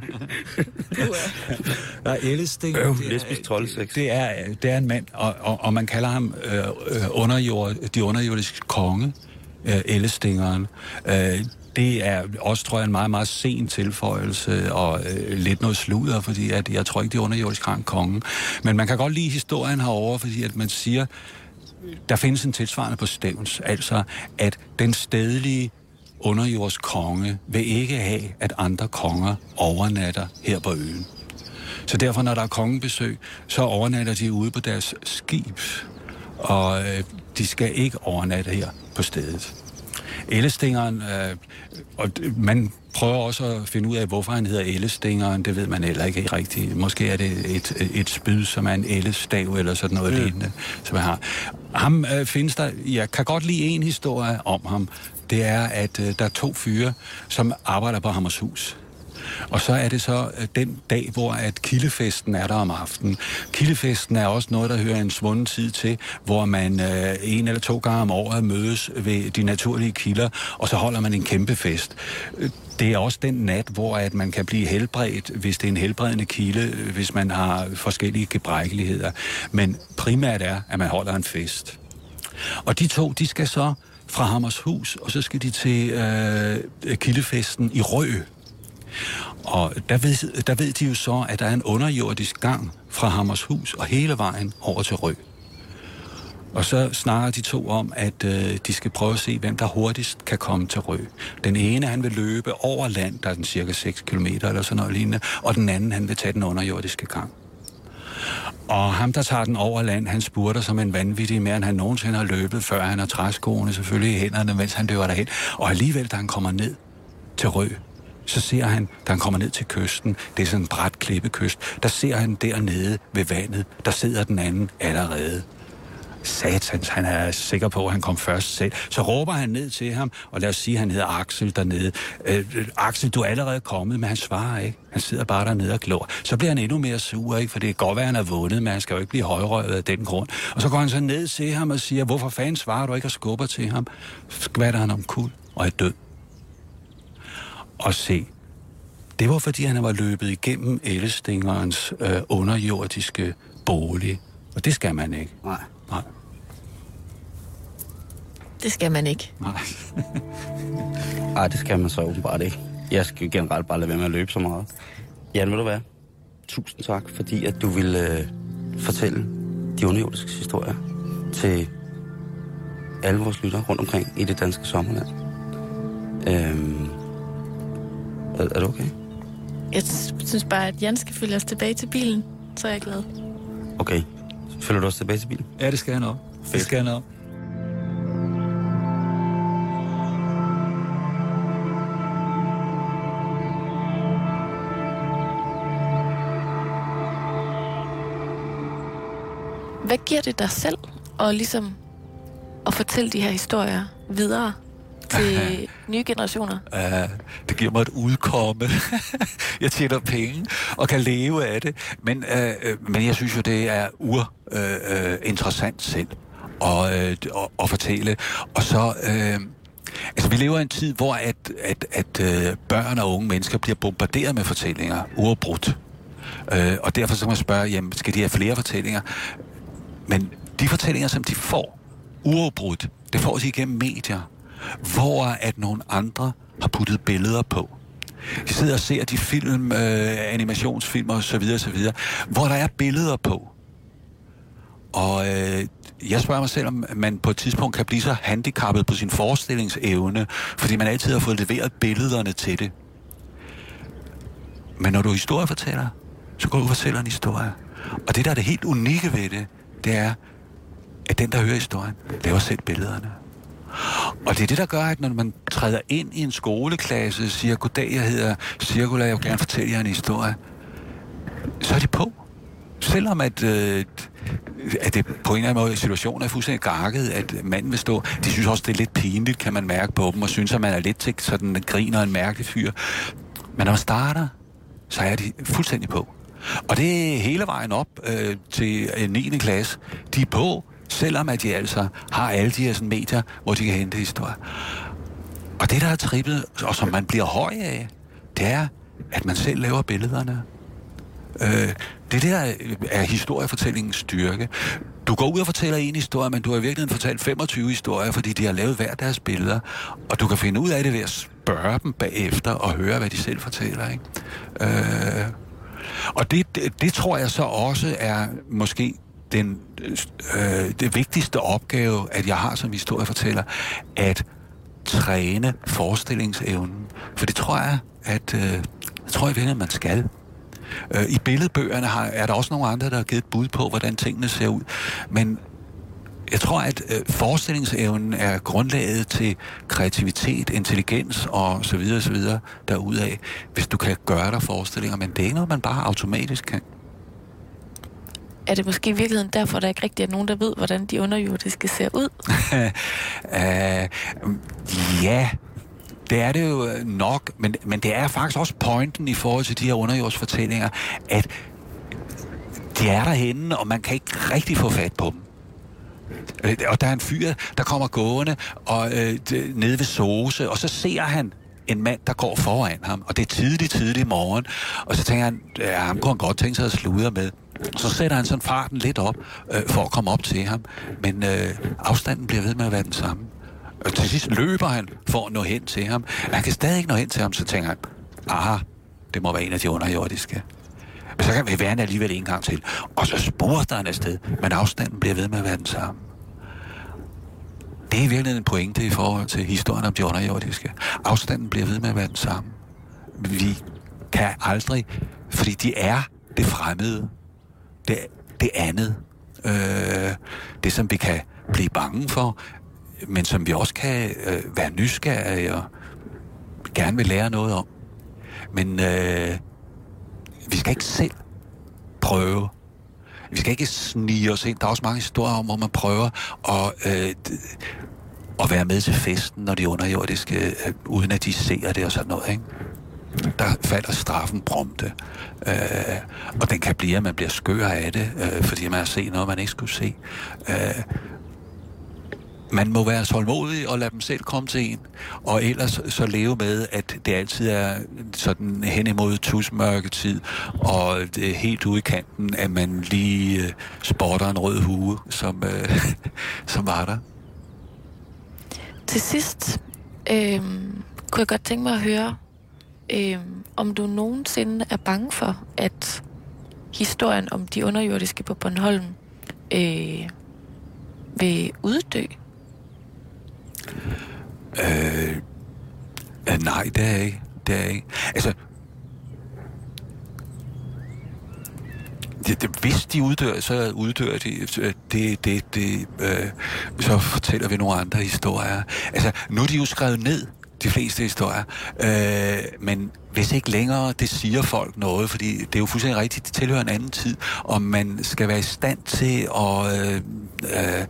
Speaker 4: Ja, ellestingeren...
Speaker 3: Øh, lesbisk troldsex.
Speaker 4: Det er, det er en mand, og, og, og man kalder ham øh, underjord, de underjordiske konge, øh, ellestingeren. Øh, Det er også, tror jeg, en meget, meget sen tilføjelse og øh, lidt noget sludder, fordi at, jeg tror ikke, det er underjordisk krank konge. Men man kan godt lide historien herovre, fordi at man siger, der findes en tilsvarende på Stevns, altså at den stedlige underjords konge vil ikke have, at andre konger overnatter her på øen. Så derfor, når der er kongebesøg, så overnatter de ude på deres skib, og øh, de skal ikke overnatte her på stedet. Ellestingeren, øh, og man prøver også at finde ud af, hvorfor han hedder Ellestingeren, det ved man heller ikke rigtigt. Måske er det et, et spyd, som er en ellestav eller sådan noget mm. lignende, som jeg har. Ham øh, findes der, jeg kan godt lide en historie om ham, det er, at øh, der er to fyre, som arbejder på Hammershus. Og så er det så den dag, hvor at kildefesten er der om aftenen. Kildefesten er også noget, der hører en svunden tid til, hvor man øh, en eller to gange om året mødes ved de naturlige kilder, og så holder man en kæmpe fest. Det er også den nat, hvor at man kan blive helbredt, hvis det er en helbredende kilde, hvis man har forskellige gebrækkeligheder. Men primært er, at man holder en fest. Og de to, de skal så fra Hammershus, og så skal de til øh, kildefesten i Rø. Og der ved, der ved de jo så, at der er en underjordisk gang fra Hammershus og hele vejen over til Rø. Og så snakker de to om, at øh, de skal prøve at se, hvem der hurtigst kan komme til Rø. Den ene, han vil løbe over land, der er den cirka seks kilometer eller sådan noget lignende, og den anden, han vil tage den underjordiske gang. Og ham, der tager den over land, han spurter som en vanvittig mere, end han nogensinde har løbet, før han har træskoene selvfølgelig i hænderne, mens han løber derhen. Og alligevel, da han kommer ned til Rø, så ser han, da han kommer ned til kysten, det er sådan en brat klippekyst, der ser han dernede ved vandet, der sidder den anden allerede. Satans, han er sikker på, at han kom først selv. Så råber han ned til ham, og lad os sige, at han hedder Axel dernede. Øh, Axel, du er allerede kommet, men han svarer ikke. Han sidder bare dernede og glor. Så bliver han endnu mere sur, ikke? For det kan godt være, at han er vundet, men han skal jo ikke blive højrøvet af den grund. Og så går han så ned til ham og siger, hvorfor fanden svarer du ikke og skubber til ham? Skvatter han om kul og er død. Og se, det var fordi han var løbet igennem Ellestingerens øh, underjordiske bolig. Og det skal man ikke.
Speaker 3: Nej.
Speaker 4: Nej.
Speaker 2: Det skal man ikke.
Speaker 4: Nej.
Speaker 3: Ej, det skal man så åbenbart ikke. Jeg skal generelt bare lade være med at løbe så meget. Jan, vil du være? Tusind tak, fordi at du ville øh, fortælle de underjordiske historier til alle vores lyttere rundt omkring i det danske sommerland. Øhm, er, er det okay?
Speaker 2: Jeg synes bare, at Jan skal følge os tilbage til bilen, så er jeg glad.
Speaker 3: Okay. Følger du også tilbage til bilen?
Speaker 4: Ja, det skal jeg nok.
Speaker 3: Fedt.
Speaker 4: Det skal jeg nok.
Speaker 2: Hvad giver det dig selv og ligesom at fortælle de her historier videre til nye generationer?
Speaker 4: Uh, det giver mig et udkomme. Jeg tjener penge og kan leve af det. Men, uh, men jeg synes jo, det er urinteressant uh, selv at, uh, at, at fortælle. Og så... Uh, altså, vi lever i en tid, hvor at, at, at uh, børn og unge mennesker bliver bombarderet med fortællinger uafbrudt. Uh, og derfor så kan man spørge, jamen, skal de have flere fortællinger? Men de fortællinger, som de får uafbrudt, det får de igennem medier, hvor at nogle andre har puttet billeder på. De sidder og ser de film, øh, animationsfilm og så videre, så videre, hvor der er billeder på. Og øh, jeg spørger mig selv, om man på et tidspunkt kan blive så handicappet på sin forestillingsevne, fordi man altid har fået leveret billederne til det. Men når du er historiefortæller, så går du og fortæller en historie. Og det, der er det helt unikke ved det, det er, at den, der hører historien, laver selv billederne. Og det er det, der gør, at når man træder ind i en skoleklasse og siger, goddag, jeg hedder Cirkula, jeg vil gerne fortælle jer en historie, så er de på. Selvom at, øh, at det på en eller anden måde situationen er fuldstændig gakket, at manden vil stå, de synes også, det er lidt pinligt, kan man mærke på dem, og synes, at man er lidt til sådan en griner en mærkelig fyr. Men når man starter, så er de fuldstændig på. Og det er hele vejen op øh, til niende klasse. De er på, selvom at de altså har alle de her sådan, medier, hvor de kan hente historier. Og det, der er trippet, og som man bliver høj af, det er, at man selv laver billederne. Øh, det der er historiefortællingens styrke. Du går ud og fortæller en historie, men du har i virkeligheden fortalt femogtyve historier, fordi de har lavet hver deres billeder. Og du kan finde ud af det ved at spørge dem bagefter og høre, hvad de selv fortæller. Ikke? Øh, og det, det, det tror jeg så også er måske den, øh, det vigtigste opgave, at jeg har som historiefortæller, at træne forestillingsevnen. For det tror jeg, at øh, jeg tror jeg virkelig, at man skal. Øh, I billedbøgerne har, er der også nogle andre, der har givet bud på, hvordan tingene ser ud. Men jeg tror, at øh, forestillingsevnen er grundlaget til kreativitet, intelligens og så videre, så videre derudaf, hvis du kan gøre dig forestillinger, men det er ikke noget, man bare automatisk kan.
Speaker 2: Er det måske i virkeligheden derfor, der ikke rigtig er nogen, der ved, hvordan de underjordiske ser ud?
Speaker 4: uh, ja, det er det jo nok, men, men det er faktisk også pointen i forhold til de her underjordsfortællinger, at de er derhenne, og man kan ikke rigtig få fat på dem. Og der er en fyr, der kommer gående og, øh, nede ved Sose, og så ser han en mand, der går foran ham, og det er tidligt, tidligt morgen, og så tænker han, ja, ham kunne han godt tænke sig at sludre med. Så sætter han sådan farten lidt op, øh, for at komme op til ham, men øh, afstanden bliver ved med at være den samme. Og til sidst løber han for at nå hen til ham. Han kan stadig ikke nå hen til ham, så tænker han, aha, det må være en af de underjordiske. Men så kan vi være alligevel en gang til. Og så spurgte han afsted, men afstanden bliver ved med at være den samme. Det er virkelig en pointe i forhold til historien om de underjordiske. Afstanden bliver ved med at være den samme. Vi kan aldrig, fordi de er det fremmede, det, det andet, øh, det som vi kan blive bange for, men som vi også kan øh, være nysgerrige og gerne vil lære noget om. Men øh, vi skal ikke selv prøve. Vi skal ikke snige os ind. Der er også mange historier om, hvor man prøver at, øh, at være med til festen, når de underjordiske, øh, uden at de ser det og sådan noget, ikke? Der falder straffen prompte. Øh, og den kan blive, at man bliver skør af det, øh, fordi man har set noget, man ikke skulle se. Øh, man må være tålmodig og lade dem selv komme til en, og ellers så leve med, at det altid er sådan hen imod tusmørketid, og det er helt ude i kanten, at man lige uh, spotter en rød hue, som, uh, som var der.
Speaker 2: Til sidst øh, kunne jeg godt tænke mig at høre, øh, om du nogensinde er bange for, at historien om de underjordiske på Bornholm øh, vil uddø?
Speaker 4: Øh, øh, nej, det er ikke. Det er ikke. Altså, det, det, hvis de uddør, så uddør de. Det, det, det, øh, så fortæller vi nogle andre historier. Altså, nu er de jo skrevet ned, de fleste historier. Øh, men hvis ikke længere, det siger folk noget, fordi det er jo fuldstændig rigtigt, det tilhører en anden tid, og man skal være i stand til at øh, øh,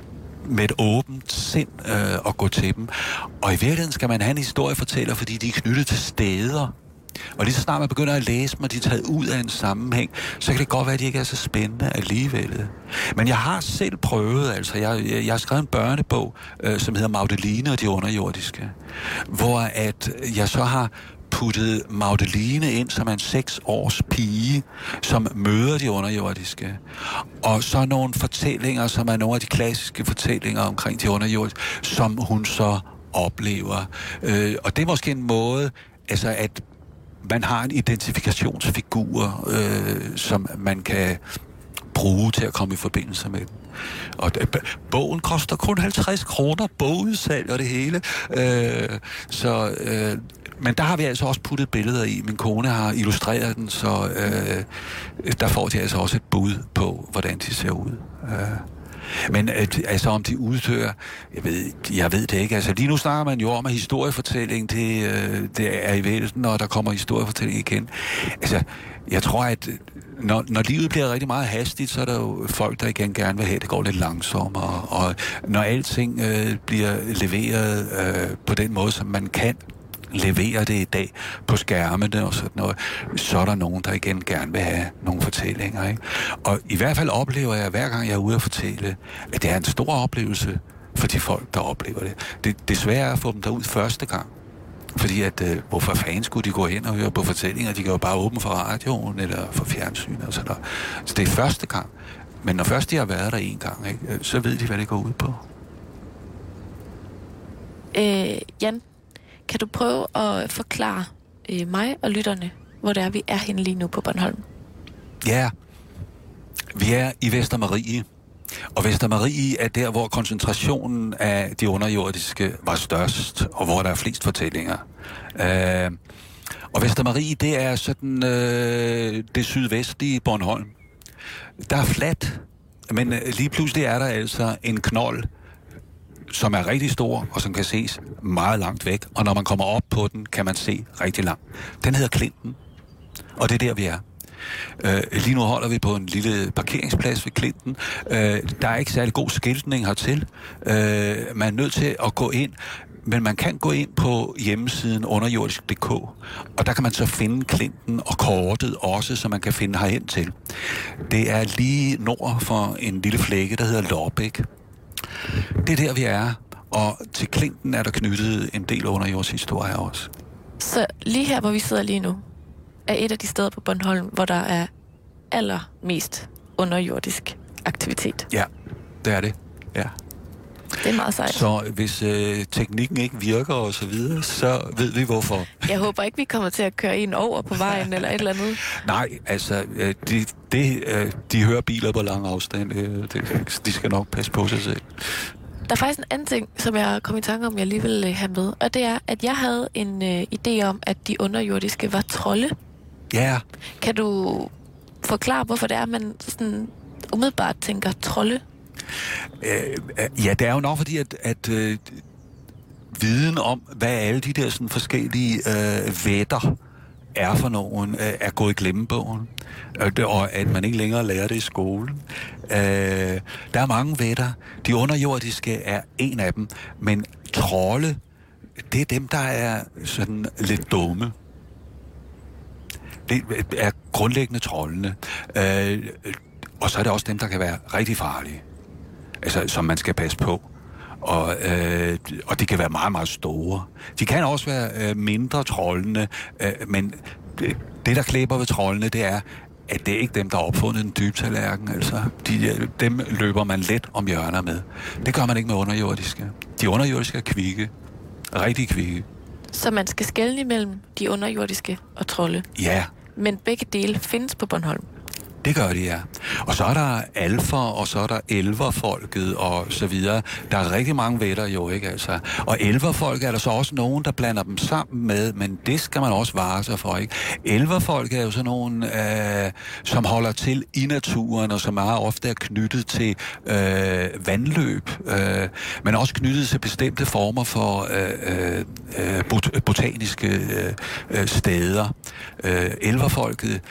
Speaker 4: med et åbent sind øh, at gå til dem. Og i virkeligheden skal man have en historiefortæller, fordi de er knyttet til steder. Og lige så snart man begynder at læse dem, og de er taget ud af en sammenhæng, så kan det godt være, at de ikke er så spændende alligevel. Men jeg har selv prøvet, altså, jeg, jeg, jeg har skrevet en børnebog, øh, som hedder Magdeline og de underjordiske, hvor at jeg så har puttet Magdeline ind som en seks års pige, som møder de underjordiske. Og så nogle fortællinger, som er nogle af de klassiske fortællinger omkring de underjordiske, som hun så oplever. Øh, og det er måske en måde, altså at man har en identifikationsfigur, øh, som man kan bruge til at komme i forbindelse med den. Og det, bogen koster kun halvtreds kroner, bogudsalg og det hele. Øh, så, øh, men der har vi altså også puttet billeder i. Min kone har illustreret den, så øh, der får de altså også et bud på, hvordan de ser ud. Øh. Men altså om de uddør, jeg ved, jeg ved det ikke. Altså lige nu snakker man jo om, at historiefortælling, det, det er i vælten, og der kommer historiefortælling igen. Altså, jeg tror, at når, når livet bliver rigtig meget hastigt, så er der jo folk, der igen gerne vil have, at det går lidt langsommere. Og når alting øh, bliver leveret øh, på den måde, som man kan levere det i dag på skærmene og sådan noget, så er der nogen, der igen gerne vil have nogle fortællinger, ikke? Og i hvert fald oplever jeg, hver gang jeg er ude at fortælle, at det er en stor oplevelse for de folk, der oplever det. Det, det svære er at få dem derud første gang. Fordi at, øh, hvorfor fanden skulle de gå hen og høre på fortællinger? De kan jo bare åbne for radioen eller for fjernsyn og sådan noget. Så det er første gang. Men når først de har været der en gang, ikke, så ved de, hvad det går ud på.
Speaker 2: Øh, Jan, kan du prøve at forklare øh, mig og lytterne, hvor det er, vi er henne lige nu på Bornholm?
Speaker 4: Ja, vi er i Vestermarie. Og Vestermarie er der, hvor koncentrationen af de underjordiske var størst, og hvor der er flest fortællinger. Øh, og Vestermarie, det er sådan øh, det sydvestlige Bornholm. Der er fladt, men lige pludselig er der altså en knold, som er rigtig stor, og som kan ses meget langt væk. Og når man kommer op på den, kan man se rigtig langt. Den hedder Klinten, og det er der, vi er. Øh, lige nu holder vi på en lille parkeringsplads ved Klinten. Øh, der er ikke særlig god skiltning hertil. Øh, man er nødt til at gå ind, men man kan gå ind på hjemmesiden underjordisk punktum d k, og der kan man så finde Klinten og kortet også, så man kan finde herhen til. Det er lige nord for en lille flække, der hedder Lorbæk. Det er der, vi er, og til Klinten er der knyttet en del underjordshistorie også.
Speaker 2: Så lige her, hvor vi sidder lige nu, er et af de steder på Bornholm, hvor der er allermest underjordisk aktivitet.
Speaker 4: Ja, det er det. Ja.
Speaker 2: Det er meget sejt.
Speaker 4: Så hvis øh, teknikken ikke virker og så videre, så ved vi hvorfor.
Speaker 2: Jeg håber ikke, vi kommer til at køre en over på vejen eller et eller andet.
Speaker 4: Nej, altså, øh, de, de, øh, de hører biler på lang afstand. Øh, det, de skal nok passe på sig selv.
Speaker 2: Der er faktisk en anden ting, som jeg kom i tanke om, jeg lige vil øh, have med. Og det er, at jeg havde en øh, idé om, at de underjordiske var trolde.
Speaker 4: Ja.
Speaker 2: Kan du forklare, hvorfor det er, at man sådan umiddelbart tænker trolde?
Speaker 4: Øh, ja, det er jo nok fordi, at, at øh, viden om, hvad alle de der sådan forskellige øh, vætter er for nogen, øh, er gået i glemmebogen. Øh, og at man ikke længere lærer det i skolen. Øh, der er mange vætter. De underjordiske er en af dem. Men trolde, det er dem, der er sådan lidt dumme. Det er grundlæggende troldene. Øh, og så er det også dem, der kan være rigtig farlige. Altså, som man skal passe på. og, øh, og de kan være meget, meget store. De kan også være øh, mindre troldene, øh, men det, det, der klæber ved troldene, det er, at det er ikke dem, der har opfundet den dybe tallerken. Altså, de, dem løber man let om hjørner med. Det gør man ikke med underjordiske. De underjordiske er kvikke. Rigtig kvikke.
Speaker 2: Så man skal skelne imellem de underjordiske og trolde?
Speaker 4: Ja.
Speaker 2: Men begge dele findes på Bornholm?
Speaker 4: Det gør de, ja. Og så er der alfer, og så er der elverfolket, og så videre. Der er rigtig mange vætter jo, ikke altså. Og elverfolket er der så også nogen, der blander dem sammen med, men det skal man også vare sig for, ikke? Elverfolket er jo sådan nogen, øh, som holder til i naturen, og som meget ofte er knyttet til øh, vandløb, øh, men også knyttet til bestemte former for øh, øh, bot- botaniske øh, steder. Øh, elverfolket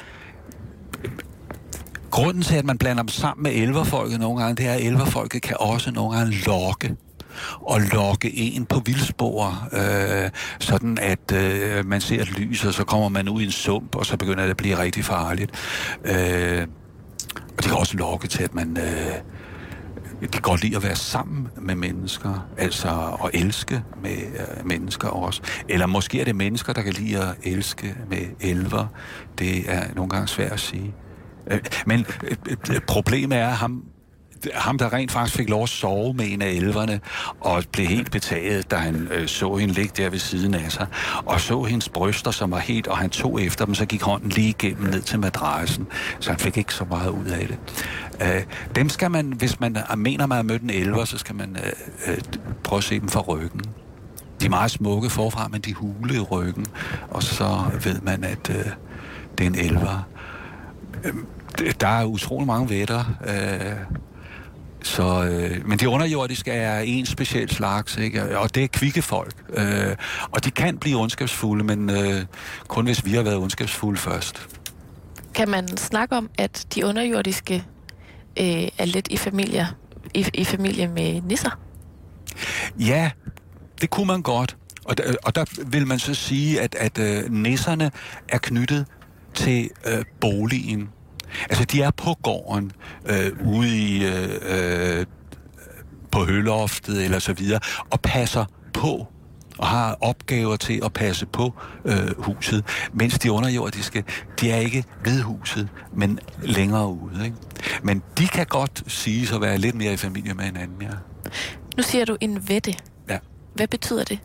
Speaker 4: Grunden til, at man blander dem sammen med elverfolket nogle gange, det er, at elverfolket kan også nogle gange lokke. Og lokke en på vildspor, øh, sådan at øh, man ser et lys, og så kommer man ud i en sump, og så begynder det at blive rigtig farligt. Øh, og det kan også lokke til, at man øh, de kan godt lide at være sammen med mennesker, altså at elske med øh, mennesker også. Eller måske er det mennesker, der kan lide at elske med elver. Det er nogle gange svært at sige. Men problemet er, at ham, ham, der rent faktisk fik lov at sove med en af elverne, og blev helt betaget, da han øh, så hende ligge der ved siden af sig, og så hendes bryster, som var helt, og han tog efter dem, så gik hånden lige igennem ned til madrassen, så han fik ikke så meget ud af det. Øh, dem skal man, hvis man mener, man har mødt en elver, så skal man øh, øh, prøve at se dem fra ryggen. De er meget smukke forfra, men de hule i ryggen, og så ved man, at øh, det er en elver. Øh, der er utrolig mange vætter, øh, så, øh, men de underjordiske er en speciel slags, ikke? Og det er kvikke folk. Øh, og de kan blive ondskabsfulde, men øh, kun hvis vi har været ondskabsfulde først.
Speaker 2: Kan man snakke om, at de underjordiske øh, er lidt i familie, i, i familie med nisser?
Speaker 4: Ja, det kunne man godt. Og der, og der vil man så sige, at, at øh, nisserne er knyttet til øh, boligen. Altså, de er på gården, øh, ude i, øh, øh, på høloftet eller så videre, og passer på, og har opgaver til at passe på øh, huset, mens de underjordiske, de er ikke ved huset, men længere ude, ikke? Men de kan godt siges at være lidt mere i familie med hinanden, ja.
Speaker 2: Nu siger du en vætte.
Speaker 4: Ja.
Speaker 2: Hvad betyder det?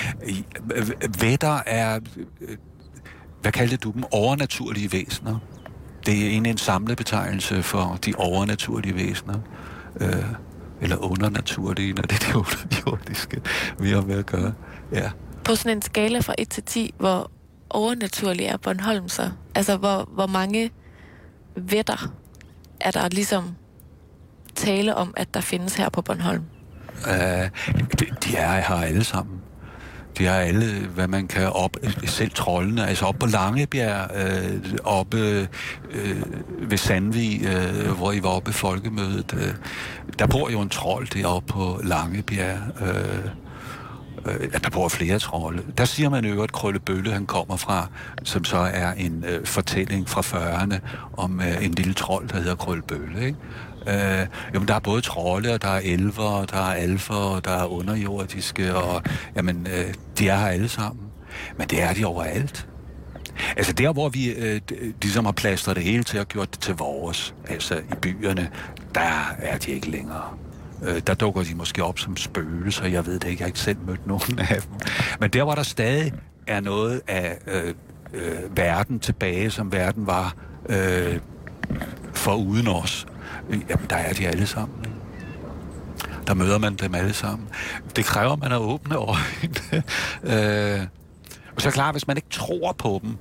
Speaker 4: Vætter er, hvad kaldte du dem, overnaturlige væsener. Det er egentlig en samlet betegnelse for de overnaturlige væsener. Øh, eller undernaturlige, når det er de underjordiske, vi har med at gøre. Ja.
Speaker 2: På sådan en skala fra et til ti, hvor overnaturlig er Bornholm så? Altså, hvor, hvor mange vætter er der ligesom tale om, at der findes her på Bornholm?
Speaker 4: Øh, de, de er her alle sammen. De har alle, hvad man kan op, selv troldene, altså op på Langebjerg, øh, oppe øh, ved Sandvig, øh, hvor I var oppe i folkemødet. Øh, der bor jo en trold deroppe på Langebjerg. Øh, øh, der bor flere trolde. Der siger man jo, at Krøllebølle, han kommer fra, som så er en øh, fortælling fra fyrrerne om øh, en lille trold, der hedder Krøllebølle, ikke? Øh, jamen, der er både trolde, og der er elver, og der er alfer, og der er underjordiske, og jamen, øh, de er her alle sammen. Men det er de overalt. Altså der, hvor vi øh, ligesom har plastret det hele til og gjort det til vores, altså i byerne, der er de ikke længere. Øh, der dukker de måske op som spøgelser, jeg ved det ikke, jeg har ikke selv mødt nogen af dem. Men der, hvor der stadig er noget af øh, øh, verden tilbage, som verden var øh, for uden os, jamen, der er de alle sammen. Ikke? Der møder man dem alle sammen. Det kræver, at man er åbne øjne. øh, og så er klart, hvis man ikke tror på dem,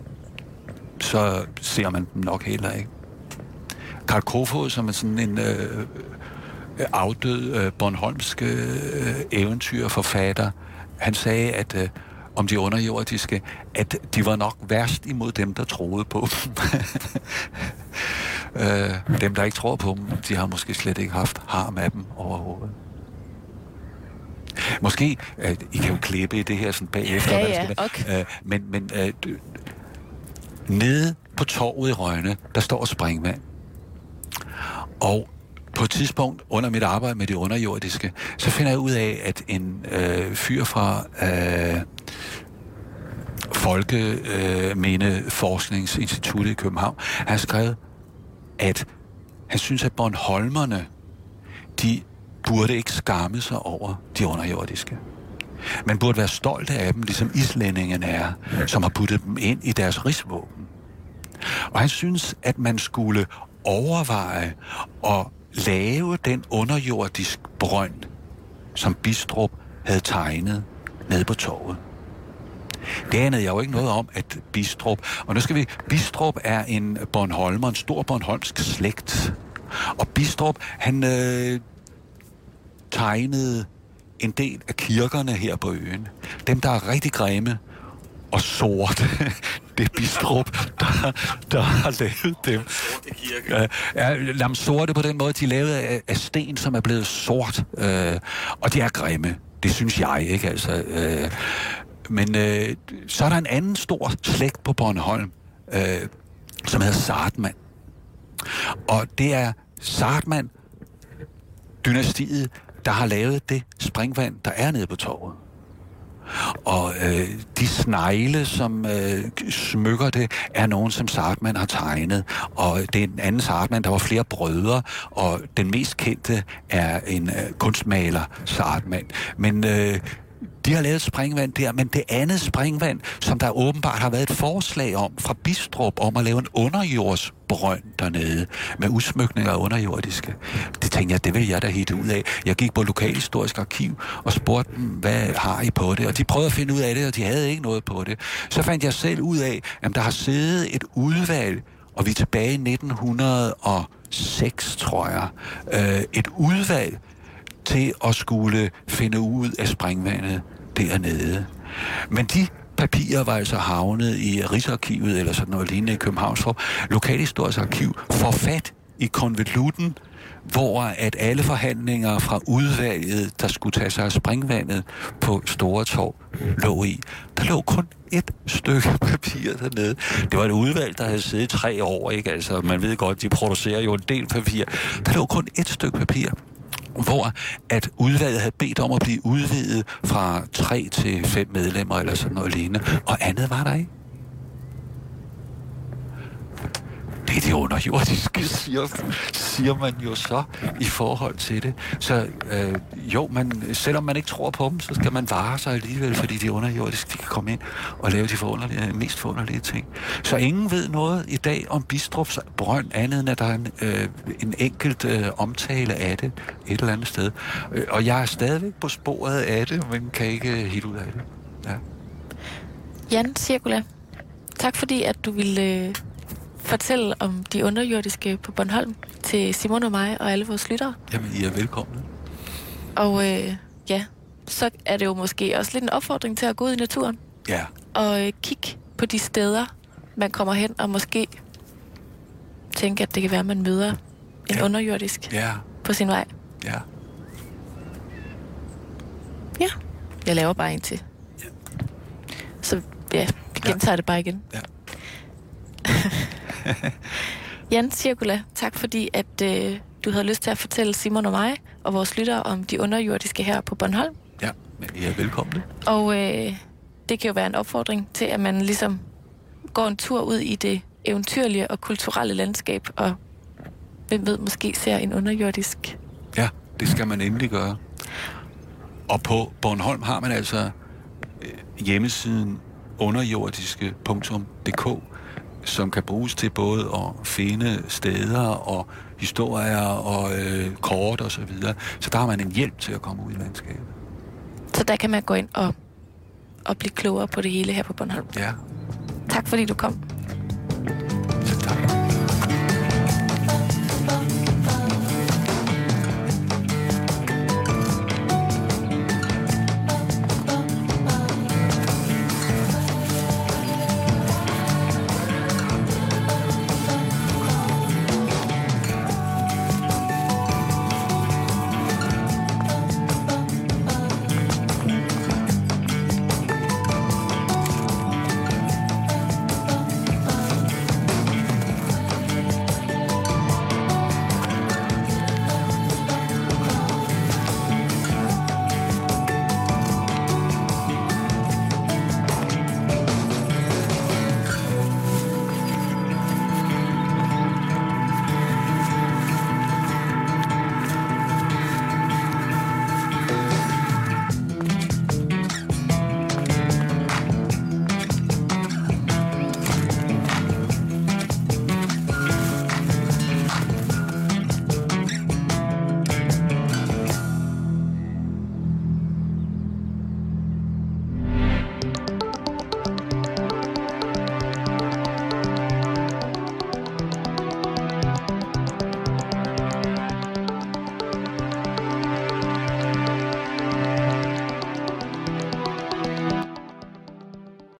Speaker 4: så ser man dem nok heller ikke. Karl Kofod, som er sådan en øh, afdød øh, bornholmsk øh, eventyrforfatter, han sagde, at øh, om de underjordiske, at de var nok værst imod dem, der troede på dem. øh, dem, der ikke tror på dem, de har måske slet ikke haft harm af dem overhovedet. Måske, øh, I kan jo klippe i det her sådan bagefter.
Speaker 2: Ja, ja, okay.
Speaker 4: øh, men men øh, nede på torvet i Rønne, der står springvand. Og på et tidspunkt under mit arbejde med det underjordiske, så finder jeg ud af, at en øh, fyr fra øh, Folkemindeforskningsinstituttet i København har skrevet, at han synes, at bornholmerne, de burde ikke skamme sig over de underjordiske. Man burde være stolte af dem, ligesom islændingene er, som har puttet dem ind i deres rigsvåben. Og han synes, at man skulle overveje at lave den underjordisk brønd, som Bidstrup havde tegnet nede på torvet. Det anede jeg jo ikke noget om, at Bidstrup... Og nu skal vi... Bidstrup er en bornholmer, en stor bornholmsk slægt. Og Bidstrup, han øh, tegnede en del af kirkerne her på øen. Dem, der er rigtig grimme og sorte. Det er Bidstrup, der, der har lavet dem. Sorte kirker. Ja, ja, sorte på den måde, de er lavet af, af sten, som er blevet sort. Øh, og de er grimme. Det synes jeg, ikke? Altså... Øh, Men øh, så er der en anden stor slægt på Bornholm, øh, som hedder Sartmann. Og det er Sartmann-dynastiet, der har lavet det springvand, der er nede på torvet. Og øh, de snegle, som øh, smykker det, er nogen, som Sartmann har tegnet. Og det er en anden Sartmann, der var flere brødre, og den mest kendte er en øh, kunstmaler, Sartmann. Men... Øh, De har lavet springvand der, men det andet springvand, som der åbenbart har været et forslag om fra Bidstrup, om at lave en underjordsbrønd dernede, med udsmykninger af underjordiske. Det tænkte jeg, det vil jeg da hitte ud af. Jeg gik på Lokalhistorisk Arkiv og spurgte dem, hvad har I på det? Og de prøvede at finde ud af det, og de havde ikke noget på det. Så fandt jeg selv ud af, at der har siddet et udvalg, og vi er tilbage i nitten hundrede og seks, tror jeg, øh, et udvalg til at skulle finde ud af springvandet dernede. Men de papirer var altså havnet i Rigsarkivet eller sådan noget lignende i Københavns, for Lokalhistorisk Arkiv får fat i konvolutten, hvor at alle forhandlinger fra udvalget, der skulle tage sig af springvandet på Store Torv, lå i. Der lå kun et stykke papir dernede. Det var et udvalg, der havde siddet tre år, ikke? Altså, man ved godt, de producerer jo en del papir. Der lå kun et stykke papir, hvor at udvalget havde bedt om at blive udvidet fra tre til fem medlemmer eller sådan noget lignende, og andet var der ikke. Det er det underjordiske, siger, siger man jo så i forhold til det. Så øh, jo, man, selvom man ikke tror på dem, så skal man vare sig alligevel, fordi de underjordiske, de kan komme ind og lave de forunderlige, mest forunderlige ting. Så ingen ved noget i dag om Bidstrups brønd, andet end at der er en, øh, en enkelt øh, omtale af det et eller andet sted. Og jeg er stadigvæk på sporet af det, men kan ikke helt ud af det. Ja.
Speaker 2: Jan Cirkula, tak fordi at du ville... Øh fortælle om de underjordiske på Bornholm til Simon og mig og alle vores lyttere.
Speaker 4: Jamen, I er velkomne.
Speaker 2: Og øh, ja, så er det jo måske også lidt en opfordring til at gå ud i naturen.
Speaker 4: Ja.
Speaker 2: Og øh, kigge på de steder, man kommer hen, og måske tænke, at det kan være, at man møder en
Speaker 4: ja.
Speaker 2: underjordisk
Speaker 4: ja.
Speaker 2: på sin vej.
Speaker 4: Ja.
Speaker 2: Ja, jeg laver bare en til.
Speaker 4: Ja.
Speaker 2: Så ja, vi gentager ja. det bare igen.
Speaker 4: Ja.
Speaker 2: Jan Cirkula, tak fordi at øh, du havde lyst til at fortælle Simon og mig og vores lyttere om de underjordiske her på Bornholm.
Speaker 4: Ja, men I er velkomne.
Speaker 2: Og øh, det kan jo være en opfordring til, at man ligesom går en tur ud i det eventyrlige og kulturelle landskab, og hvem ved, måske ser en underjordisk.
Speaker 4: Ja, det skal man endelig gøre. Og på Bornholm har man altså øh, hjemmesiden underjordiske punktum d k, som kan bruges til både at finde steder og historier og øh, kort og så videre. Så der har man en hjælp til at komme ud i landskabet.
Speaker 2: Så der kan man gå ind og, og blive klogere på det hele her på Bornholm.
Speaker 4: Ja.
Speaker 2: Tak fordi du kom.